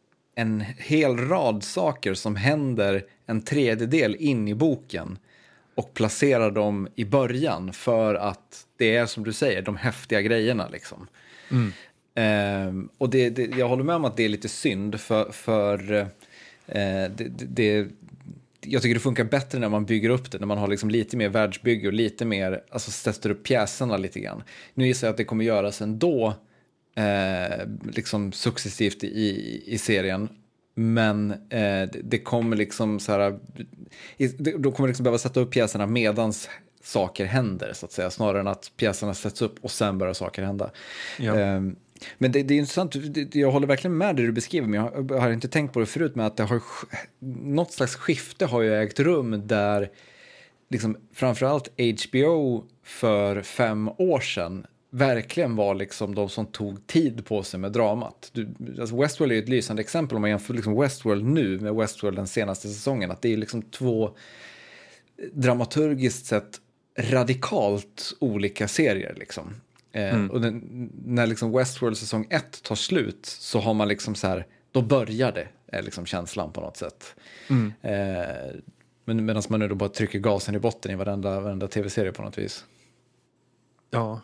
en hel rad saker som händer en tredjedel in i boken och placerar dem i början för att det är som du säger, de häftiga grejerna liksom. Mm. Eh, och det, det, jag håller med om att det är lite synd för, för eh, det, det, det jag tycker det funkar bättre när man bygger upp det, när man har liksom lite mer världsbygge och lite mer, alltså sätter upp pjäserna lite grann. Nu gissar jag att det kommer göras ändå eh, liksom successivt i, i serien, men eh, det, det kommer liksom så här, det, då kommer liksom behöva sätta upp pjäserna medans saker händer så att säga, snarare än att pjäserna sätts upp och sen börjar saker hända. Ja. Eh, Men det, det är intressant, jag håller verkligen med det du beskriver, men jag, jag har inte tänkt på det förut, men att det har, något slags skifte har ju ägt rum där liksom, framförallt H B O för fem år sedan verkligen var liksom de som tog tid på sig med dramat. Du, alltså Westworld är ett lysande exempel om man jämför liksom Westworld nu med Westworld den senaste säsongen, att det är liksom två dramaturgiskt sett radikalt olika serier liksom. Mm. Och den, när liksom Westworld säsong ett tar slut så har man liksom så här, då börjar det, är liksom känslan på något sätt. Mm. Eh, men medan man nu då bara trycker gasen i botten i varenda, varenda tv-serie på något vis. Ja.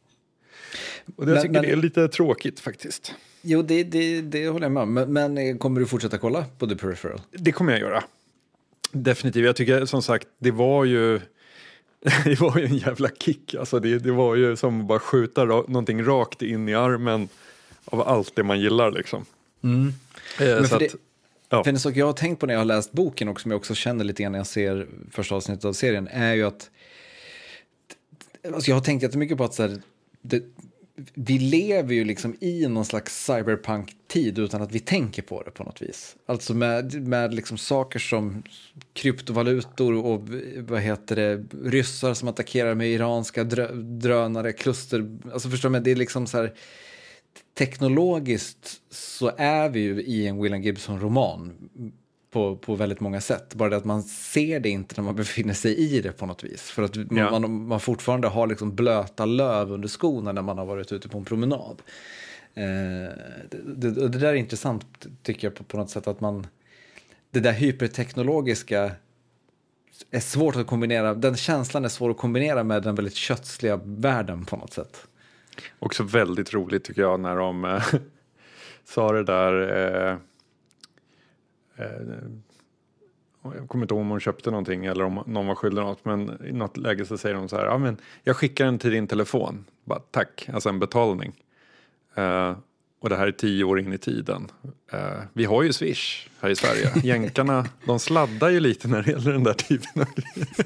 Och det, jag tycker men, det är lite tråkigt faktiskt. Jo, det, det, det håller jag med om. Men, men kommer du fortsätta kolla på The Peripheral? Det kommer jag göra. Definitivt. Jag tycker som sagt, det var ju det var ju en jävla kick. Alltså det, det var ju som att bara skjuta ra- någonting rakt in i armen av allt det man gillar liksom. Mm. Eh, Men så för, att, det, ja. för en sak jag har tänkt på när jag har läst boken och som jag också känner lite grann när jag ser första avsnittet av serien är ju att alltså jag har tänkt jättemycket på att så här, det, vi lever ju liksom i någon slags cyberpunk-tid utan att vi tänker på det på något vis. Alltså med, med liksom saker som kryptovalutor och vad heter det, ryssar som attackerar med iranska drö, drönare, kluster. Alltså förstår du, det är liksom så här teknologiskt så är vi ju i en William Gibson-roman på, på väldigt många sätt. Bara det att man ser det inte när man befinner sig i det på något vis. För att ja. man, man fortfarande har liksom blöta löv under skorna när man har varit ute på en promenad. Eh, det, det, det där är intressant tycker jag på, på något sätt att man det där hyperteknologiska är svårt att kombinera, den känslan är svår att kombinera med den väldigt kötsliga världen på något sätt. Också väldigt roligt tycker jag när de äh, sa det där äh, jag kommer inte ihåg om hon köpte någonting eller om någon var skyldig något, men i något läge så säger de så här, ja men jag skickar den till din telefon, bara tack, alltså en betalning uh, och det här är tio år in i tiden. Uh, vi har ju Swish här i Sverige, jänkarna de sladdar ju lite när det gäller den där typen av grejer.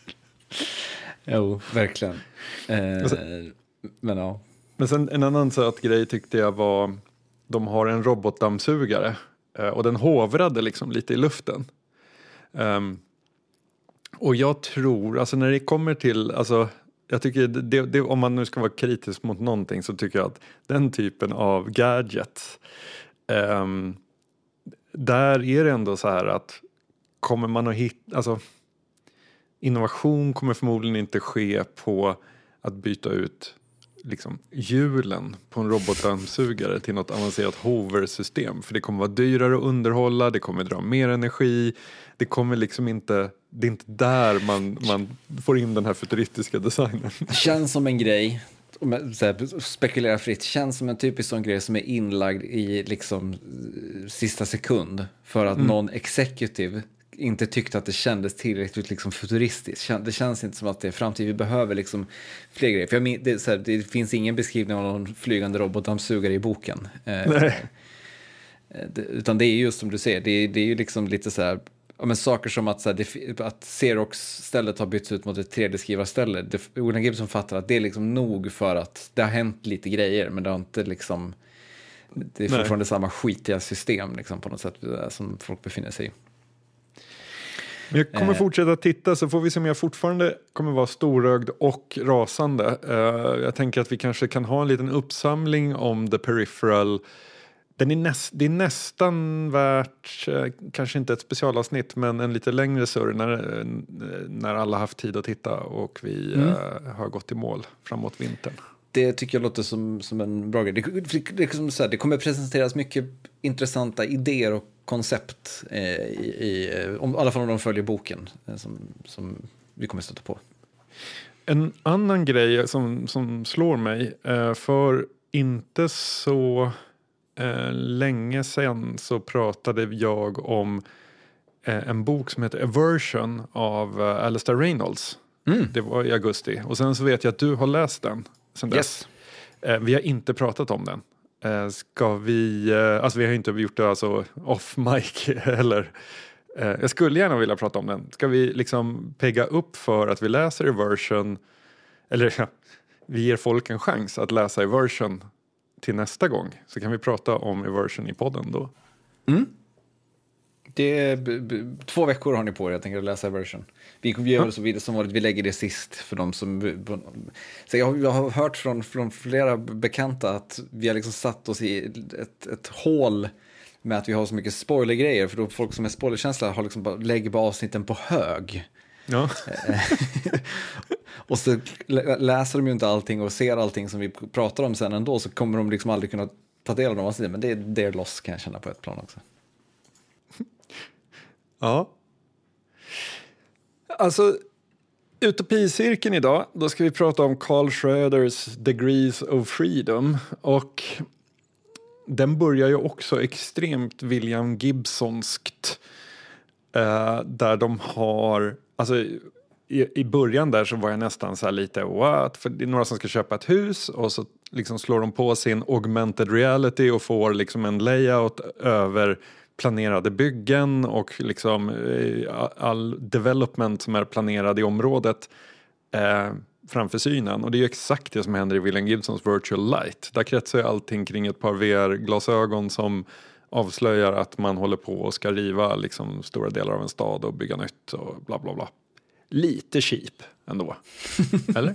Jo, verkligen. Uh, sen, men ja. Men sen en annan söt grej tyckte jag var, de har en robotdammsugare och den hovrade liksom lite i luften. Um, och jag tror, alltså när det kommer till, alltså jag tycker det, det, om man nu ska vara kritisk mot någonting så tycker jag att den typen av gadgets um, där är det ändå så här att kommer man att hitta, alltså innovation kommer förmodligen inte ske på att byta ut liksom hjulen på en robotdammsugare till något avancerat hover-system. För det kommer vara dyrare att underhålla, det kommer dra mer energi, det kommer liksom inte, det är inte där man, man får in den här futuristiska designen. Känns som en grej, om jag så här, spekulerar fritt, känns som en typisk sån grej som är inlagd i liksom sista sekund för att mm. någon executive inte tyckte att det kändes tillräckligt liksom futuristiskt. Det känns inte som att det är framtid. Vi behöver liksom fler grejer. För jag min, det, så här, det finns ingen beskrivning av någon flygande robotdammsugare i boken. Nej. Eh, det, utan det är just som du säger. Det, det är ju liksom lite så här, ja, men saker som att, så här, det, att Xerox-stället har bytts ut mot ett tre D-skrivarställe. William Gibson fattar att det är liksom nog för att det har hänt lite grejer, men det har inte liksom, det är fortfarande Nej. samma skitiga system liksom, på något sätt som folk befinner sig i. Men jag kommer fortsätta titta så får vi se om jag fortfarande kommer vara storögd och rasande. Uh, jag tänker att vi kanske kan ha en liten uppsamling om The Peripheral. Den är, näst, det är nästan värt, uh, kanske inte ett specialavsnitt, men en lite längre surr när, när alla haft tid att titta och vi mm. uh, har gått i mål framåt vintern. Det tycker jag låter som, som en bra grej. Det, det, det, som så här, det kommer presenteras mycket intressanta idéer och koncept eh, i, i, om, i alla fall om de följer boken eh, som, som vi kommer stöta på. En annan grej som, som slår mig, eh, för inte så eh, länge sedan så pratade jag om eh, en bok som heter Aversion av eh, Alastair Reynolds. Mm. Det var i augusti. Och sen så vet jag att du har läst den sen dess. Yes. Eh, vi har inte pratat om den. Eh, ska vi, eh, alltså vi har inte gjort det alltså off mic eller... Eh, jag skulle gärna vilja prata om den. Ska vi liksom pegga upp för att vi läser Aversion, eller ja, vi ger folk en chans att läsa Aversion till nästa gång. Så kan vi prata om Aversion i podden då. Mm. Det är b- b- två veckor har ni på er, jag tänker att läsa Aversion. Vi kommer göra så vidare som vanligt, vi lägger det sist för de som... Så jag har, jag har hört från, från flera bekanta att vi har liksom satt oss i ett, ett hål med att vi har så mycket spoilergrejer, för då folk som är spoilerkänsliga har liksom bara, lägger bara avsnitten på hög. Ja. Och så läser de ju inte allting och ser allting som vi pratar om sen ändå, så kommer de liksom aldrig kunna ta del av de avsnitten, men det, det är loss, kan jag känna på ett plan också. Ja. Alltså, utopicirkeln idag, då ska vi prata om Carl Schroeders Degrees of Freedom, och den börjar ju också extremt William Gibsonskt, eh, där de har, alltså i, i början där så var jag nästan så här lite what, för det är några som ska köpa ett hus och så liksom slår de på sin augmented reality och får liksom en layout över planerade byggen och liksom eh, all development som är planerad i området eh, framför synen. Och det är ju exakt det som händer i William Gibsons Virtual Light. Där kretsar ju allting kring ett par V R-glasögon som avslöjar att man håller på och ska riva liksom stora delar av en stad och bygga nytt och bla bla bla. Lite cheap ändå. Eller?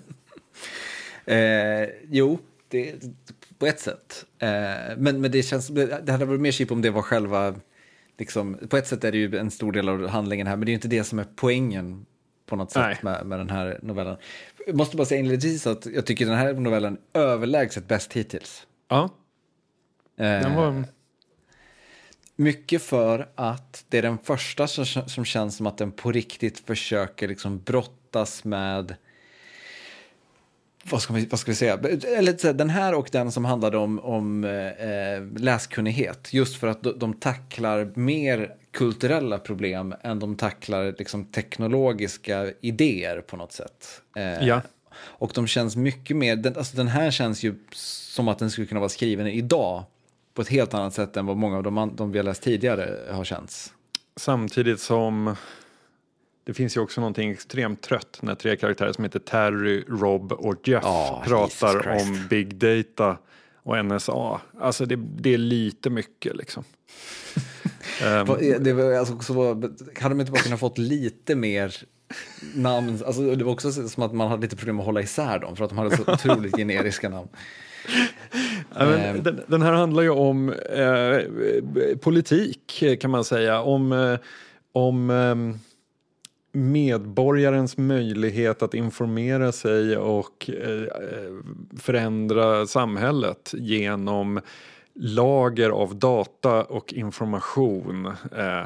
Eh, jo, det, på ett sätt. Eh, men, men det känns, det hade varit mer cheap om det var själva, liksom, på ett sätt är det ju en stor del av handlingen här, men det är ju inte det som är poängen på något sätt med, med den här novellen. Jag måste bara säga inledningsvis att jag tycker den här novellen överlägset bäst hittills. Ja. Den var... Eh, mycket för att det är den första som, som känns som att den på riktigt försöker liksom brottas med, vad ska vi, vad ska vi säga, eller den här och den som handlade om, om eh, läskunnighet, just för att de, de tacklar mer kulturella problem än de tacklar liksom teknologiska idéer på något sätt. Eh, ja. Och de känns mycket mer, den, alltså den här känns ju som att den skulle kunna vara skriven idag på ett helt annat sätt än vad många av de, de vi har läst tidigare har känts. Samtidigt som det finns ju också någonting extremt trött när tre karaktärer som heter Terry, Rob och Jeff oh, pratar om big data och N S A. Alltså det, det är lite mycket liksom. um, det var alltså också, hade de inte bara kunnat fått lite mer namn? Alltså det var också som att man hade lite problem att hålla isär dem för att de hade så otroligt generiska namn. Ja, men den, den här handlar ju om eh, politik kan man säga, om, eh, om eh, medborgarens möjlighet att informera sig och eh, förändra samhället genom lager av data och information. Eh,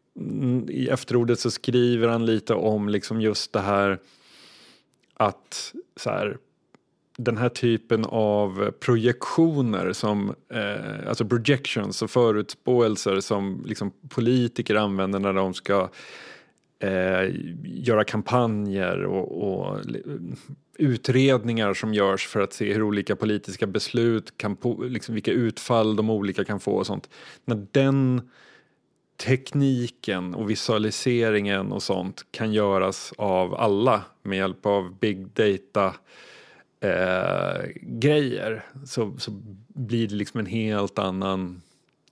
I efterordet så skriver han lite om liksom just det här att så här, den här typen av projektioner som, eh, alltså projections och förutspåelser som liksom politiker använder när de ska eh, göra kampanjer och, och utredningar som görs för att se hur olika politiska beslut kan, liksom vilka utfall de olika kan få och sånt. När den tekniken och visualiseringen och sånt kan göras av alla med hjälp av big data Eh, grejer så, så blir det liksom en helt annan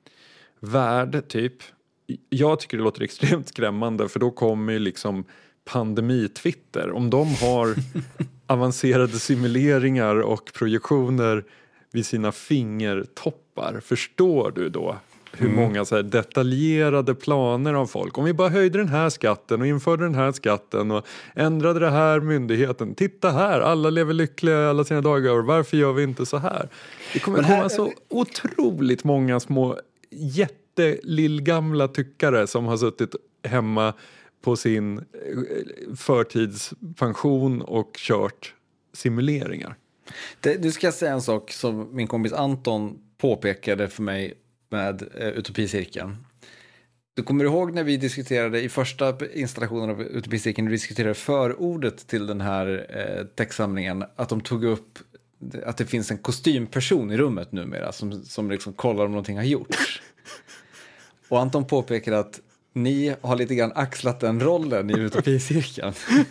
värld typ. Jag tycker det låter extremt skrämmande för då kommer ju liksom pandemi-Twitter. Om de har avancerade simuleringar och projektioner vid sina fingertoppar, förstår du då hur mm. många så här detaljerade planer av folk. Om vi bara höjde den här skatten och införde den här skatten och ändrade det här myndigheten. Titta här, alla lever lyckliga alla sina dagar. Varför gör vi inte så här? Det kommer här... komma så otroligt många små jättelillgamla tyckare som har suttit hemma på sin förtidspension och kört simuleringar. Det, du ska säga en sak som min kompis Anton påpekade för mig med eh, Utopicirkeln. Du kommer ihåg när vi diskuterade i första installationen av Utopicirkeln, när vi diskuterade förordet till den här eh, textsamlingen, att de tog upp att det finns en kostymperson i rummet numera som, som liksom kollar om någonting har gjorts. Och Anton påpekade att ni har lite grann axlat den rollen i Utopicirkeln.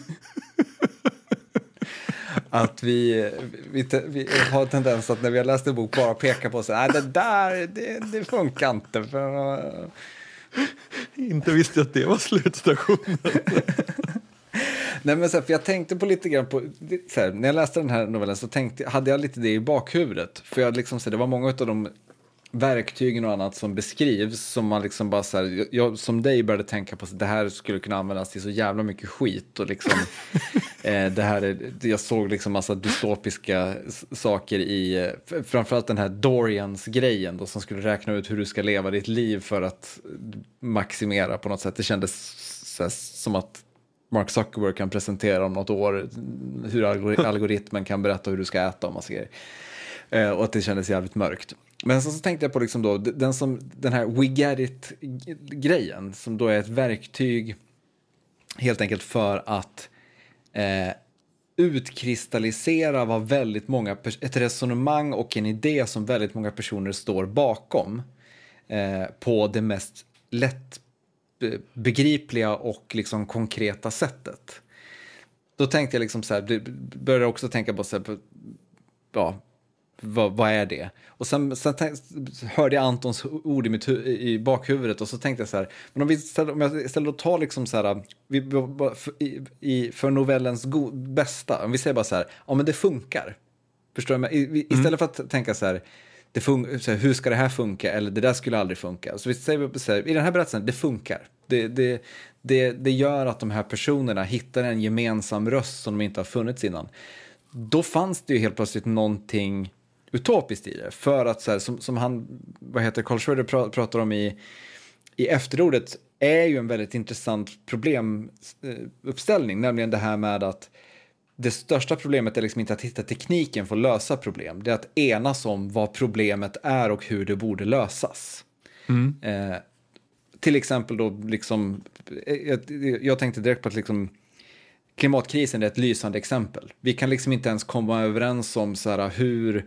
Att vi, vi, vi har en tendens att när vi har läst en bok bara peka på sig, nej det där, det, det funkar inte. För... Inte visste att det var slutstationen. Nej, men så här, för jag tänkte på lite grann på, så här, när jag läste den här novellen så tänkte, hade jag lite det i bakhuvudet. För jag liksom, så här, det var många av de verktygen och annat som beskrivs som man liksom bara så här, jag som dig började tänka på att det här skulle kunna användas till så jävla mycket skit och liksom eh, det här är, jag såg liksom massa dystopiska saker i framförallt den här Dorians grejen då, som skulle räkna ut hur du ska leva ditt liv för att maximera på något sätt. Det kändes så här, som att Mark Zuckerberg kan presentera om något år hur algoritmen kan berätta hur du ska äta och massa grejer. Eh, och att det kändes jävligt mörkt. Men så, så tänkte jag på liksom då, den, som, den här We Get It-grejen som då är ett verktyg helt enkelt för att eh, utkristallisera vad väldigt många, ett resonemang och en idé som väldigt många personer står bakom eh, på det mest lätt begripliga och liksom konkreta sättet. Då tänkte jag liksom så här, började också tänka på så här, ja, vad, vad är det? Och sen, sen tänkte, hörde jag Antons ord i, mitt, i bakhuvudet och så tänkte jag så här, men om, vi ställer, om jag istället att ta liksom så här, vi, för, i, i, för novellens go, bästa, om vi säger bara så här, ja men det funkar. Förstår du? I, istället för att tänka så här, det fun- så här, hur ska det här funka? Eller det där skulle aldrig funka. Så vi säger så här, i den här berättelsen, det funkar. Det, det, det, det gör att de här personerna hittar en gemensam röst som de inte har funnits innan. Då fanns det ju helt plötsligt någonting utopiskt i det. För att så här, som, som han, vad heter Carl Schroeder pra, pratar om i, i efterordet, är ju en väldigt intressant problemuppställning. Nämligen det här med att det största problemet är liksom inte att hitta tekniken för att lösa problem. Det är att enas om vad problemet är och hur det borde lösas. Mm. Eh, till exempel då liksom, jag, jag tänkte direkt på att liksom, klimatkrisen är ett lysande exempel. Vi kan liksom inte ens komma överens om så här, hur,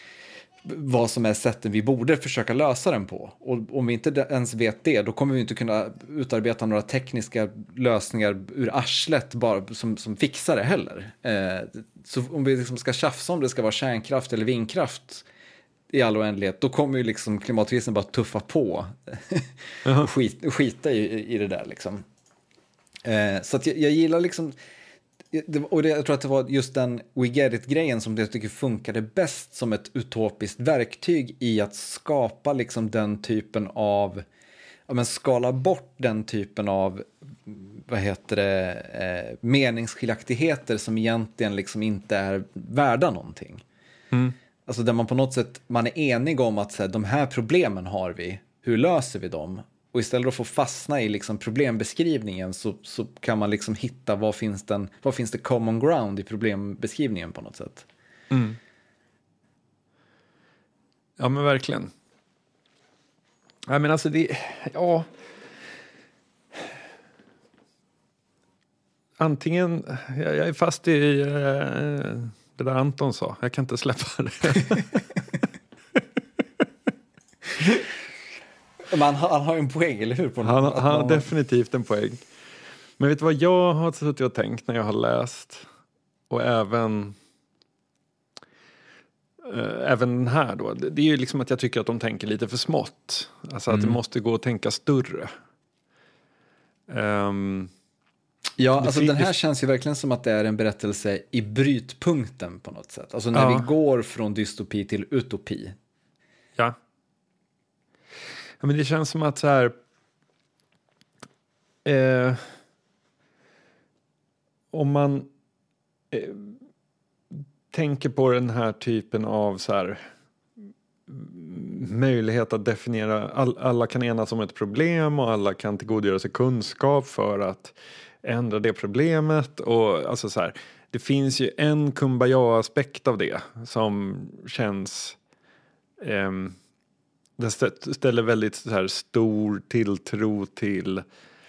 vad som är sättet vi borde försöka lösa den på. Och om vi inte ens vet det, då kommer vi inte kunna utarbeta några tekniska lösningar ur arslet bara som, som fixar det heller. Eh, så om vi liksom ska tjafsa om det ska vara kärnkraft eller vindkraft i all oändlighet, då kommer ju liksom klimatkrisen bara tuffa på och skit, skita i, i det där liksom. Eh, så att jag, jag gillar liksom, och det, jag tror att det var just den We Get It-grejen som jag tycker funkade bäst som ett utopiskt verktyg i att skapa liksom den typen av, ja men skala bort den typen av, vad heter det, eh, meningsskiljaktigheter som egentligen liksom inte är värda någonting. Mm. Alltså där man på något sätt, man är enig om att så här, de här problemen har vi, hur löser vi dem? Och istället för att få fastna i liksom problembeskrivningen så, så kan man liksom hitta vad finns, den, vad finns det common ground i problembeskrivningen på något sätt. Mm. Ja men verkligen. Ja men alltså det, ja. Antingen, jag, jag är fast i uh, det där Anton sa, jag kan inte släppa det. Man, han har en poäng, eller hur? På han han har man... definitivt en poäng. Men vet du vad jag har suttit och tänkt när jag har läst? Och även äh, även den här då. Det, det är ju liksom att jag tycker att de tänker lite för smått. Alltså mm. att det måste gå att tänka större. Um, ja, alltså den här känns ju verkligen som att det är en berättelse i brytpunkten på något sätt. Alltså när ja. vi går från dystopi till utopi. Ja. Ja, men det känns som att så här, eh, om man eh, tänker på den här typen av så här, möjlighet att definiera, all, alla kan enas om ett problem och alla kan tillgodogöra sig kunskap för att ändra det problemet. Och alltså så här, det finns ju en kumbaya-aspekt av det som känns, eh, det ställer väldigt så här stor tilltro till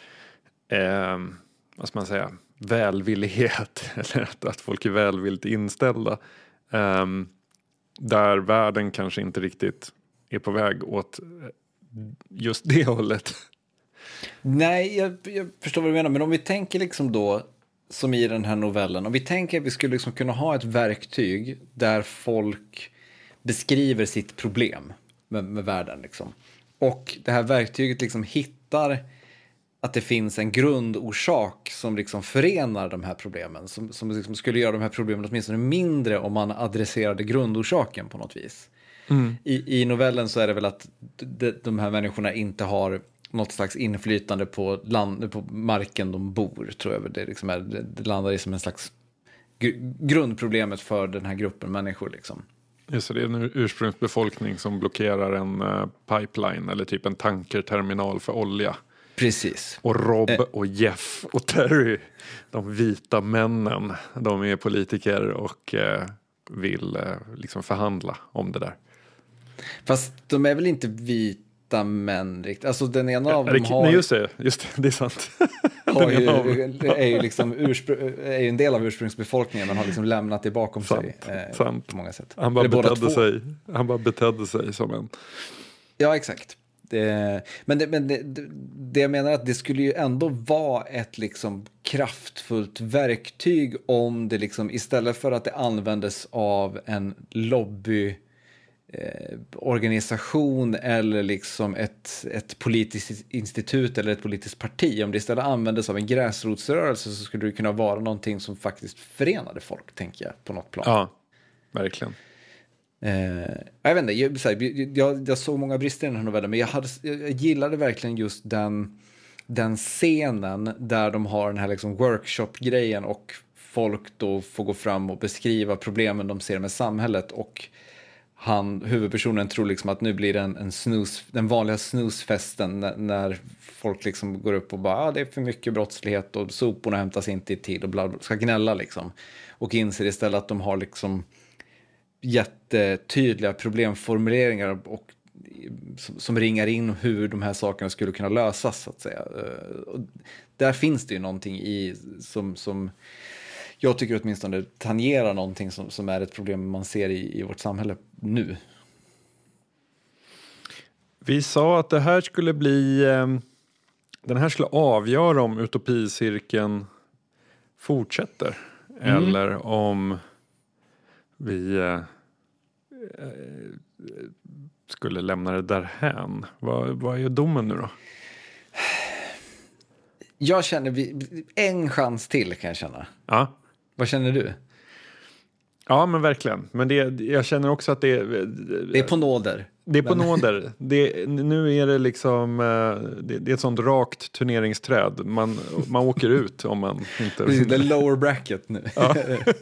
eh, vad ska man säga, välvillighet eller att, att folk är välvilligt inställda. Eh, där världen kanske inte riktigt är på väg åt just det hållet. Nej, jag, jag förstår vad du menar. Men om vi tänker liksom då, som i den här novellen, om vi tänker att vi skulle liksom kunna ha ett verktyg där folk beskriver sitt problem med, med världen. Liksom. Och det här verktyget liksom hittar att det finns en grundorsak som liksom förenar de här problemen. Som, som liksom skulle göra de här problemen åtminstone mindre om man adresserade grundorsaken på något vis. Mm. I, I novellen så är det väl att de, de här människorna inte har något slags inflytande på, land, på marken de bor, tror jag. Det, liksom är, det landar i som en slags gr- grundproblemet för den här gruppen människor. Liksom. Just det, det är en ursprungsbefolkning som blockerar en uh, pipeline eller typ en tankerterminal för olja. Precis. Och Rob eh. och Jeff och Terry, de vita männen, de är politiker och uh, vill uh, liksom förhandla om det där. Fast de är väl inte vita män riktigt. Alltså den ena av dem har... Nej, just det, just det, det är sant. Har ju, är ju liksom urspr- är ju en del av ursprungsbefolkningen, men har liksom lämnat det bakom sant, sig eh, sant. på många sätt. Han bara, betedde sig, han bara betedde sig som en... Ja, exakt. Det, men det, men det, det jag menar är att det skulle ju ändå vara ett liksom kraftfullt verktyg om det liksom, istället för att det användes av en lobby Eh, organisation eller liksom ett, ett politiskt institut eller ett politiskt parti. Om det istället användes av en gräsrotsrörelse så skulle det kunna vara någonting som faktiskt förenade folk, tänker jag, på något plan. Ja, verkligen. Eh, jag vet inte, jag, så här, jag, jag såg många brister i den här novellen, men jag, hade, jag gillade verkligen just den, den scenen där de har den här liksom workshop-grejen och folk då får gå fram och beskriva problemen de ser med samhället, och han, huvudpersonen tror liksom att nu blir det en, en snus, den vanliga snusfesten när, när folk liksom går upp och bara, ah, det är för mycket brottslighet och soporna hämtas inte i tid och bla, bla, ska gnälla liksom. Och inser istället att de har liksom jättetydliga problemformuleringar och, som, som ringar in hur de här sakerna skulle kunna lösas, så att säga. Och där finns det ju någonting i som... som jag tycker åtminstone tangerar någonting som, som är ett problem man ser i, i vårt samhälle nu. Vi sa att det här skulle bli... Eh, den här skulle avgöra om utopicirkeln fortsätter. Mm. Eller om vi eh, skulle lämna det därhän. Vad, vad är domen nu då? Jag känner vi, en chans till kan jag känna. Ja. Vad känner du? Ja, men verkligen. Men det, jag känner också att det är... Det är på nåder. Det är på men... nåder. Det, nu är det liksom... Det, det är ett sånt rakt turneringsträd. Man, man åker ut om man inte... Det är lower bracket nu. Ja.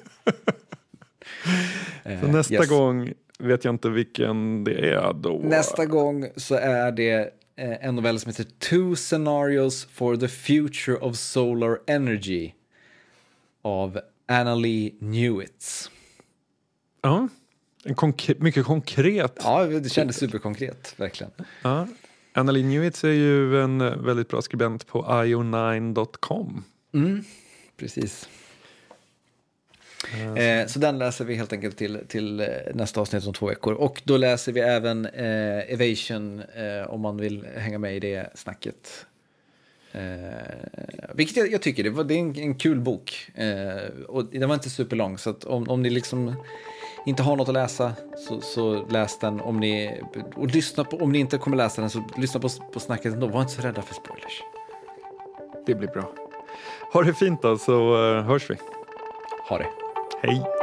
Så nästa yes. gång vet jag inte vilken det är då. Nästa gång så är det en novell som heter Two Scenarios for the Future of Solar Energy av Annalee Newitz. Ja, en konk- mycket konkret. Ja, det kändes superkonkret, verkligen. Ja. Annalee Newitz är ju en väldigt bra skribent på i o nine dot com. Mm, precis. Eh, så den läser vi helt enkelt till, till nästa avsnitt om två veckor. Och då läser vi även eh, Evasion eh, om man vill hänga med i det snacket. Eh, vilket jag, jag tycker, det, var, det är en, en kul bok. Eh, och den var inte superlång, så att om, om ni liksom inte har något att läsa så, så läs den. Om ni, och lyssna på, om ni inte kommer läsa den så lyssna på, på snacket ändå. Var inte så rädda för spoilers. Det blir bra. Ha det fint då, så uh, hörs vi. Ha det. Hej.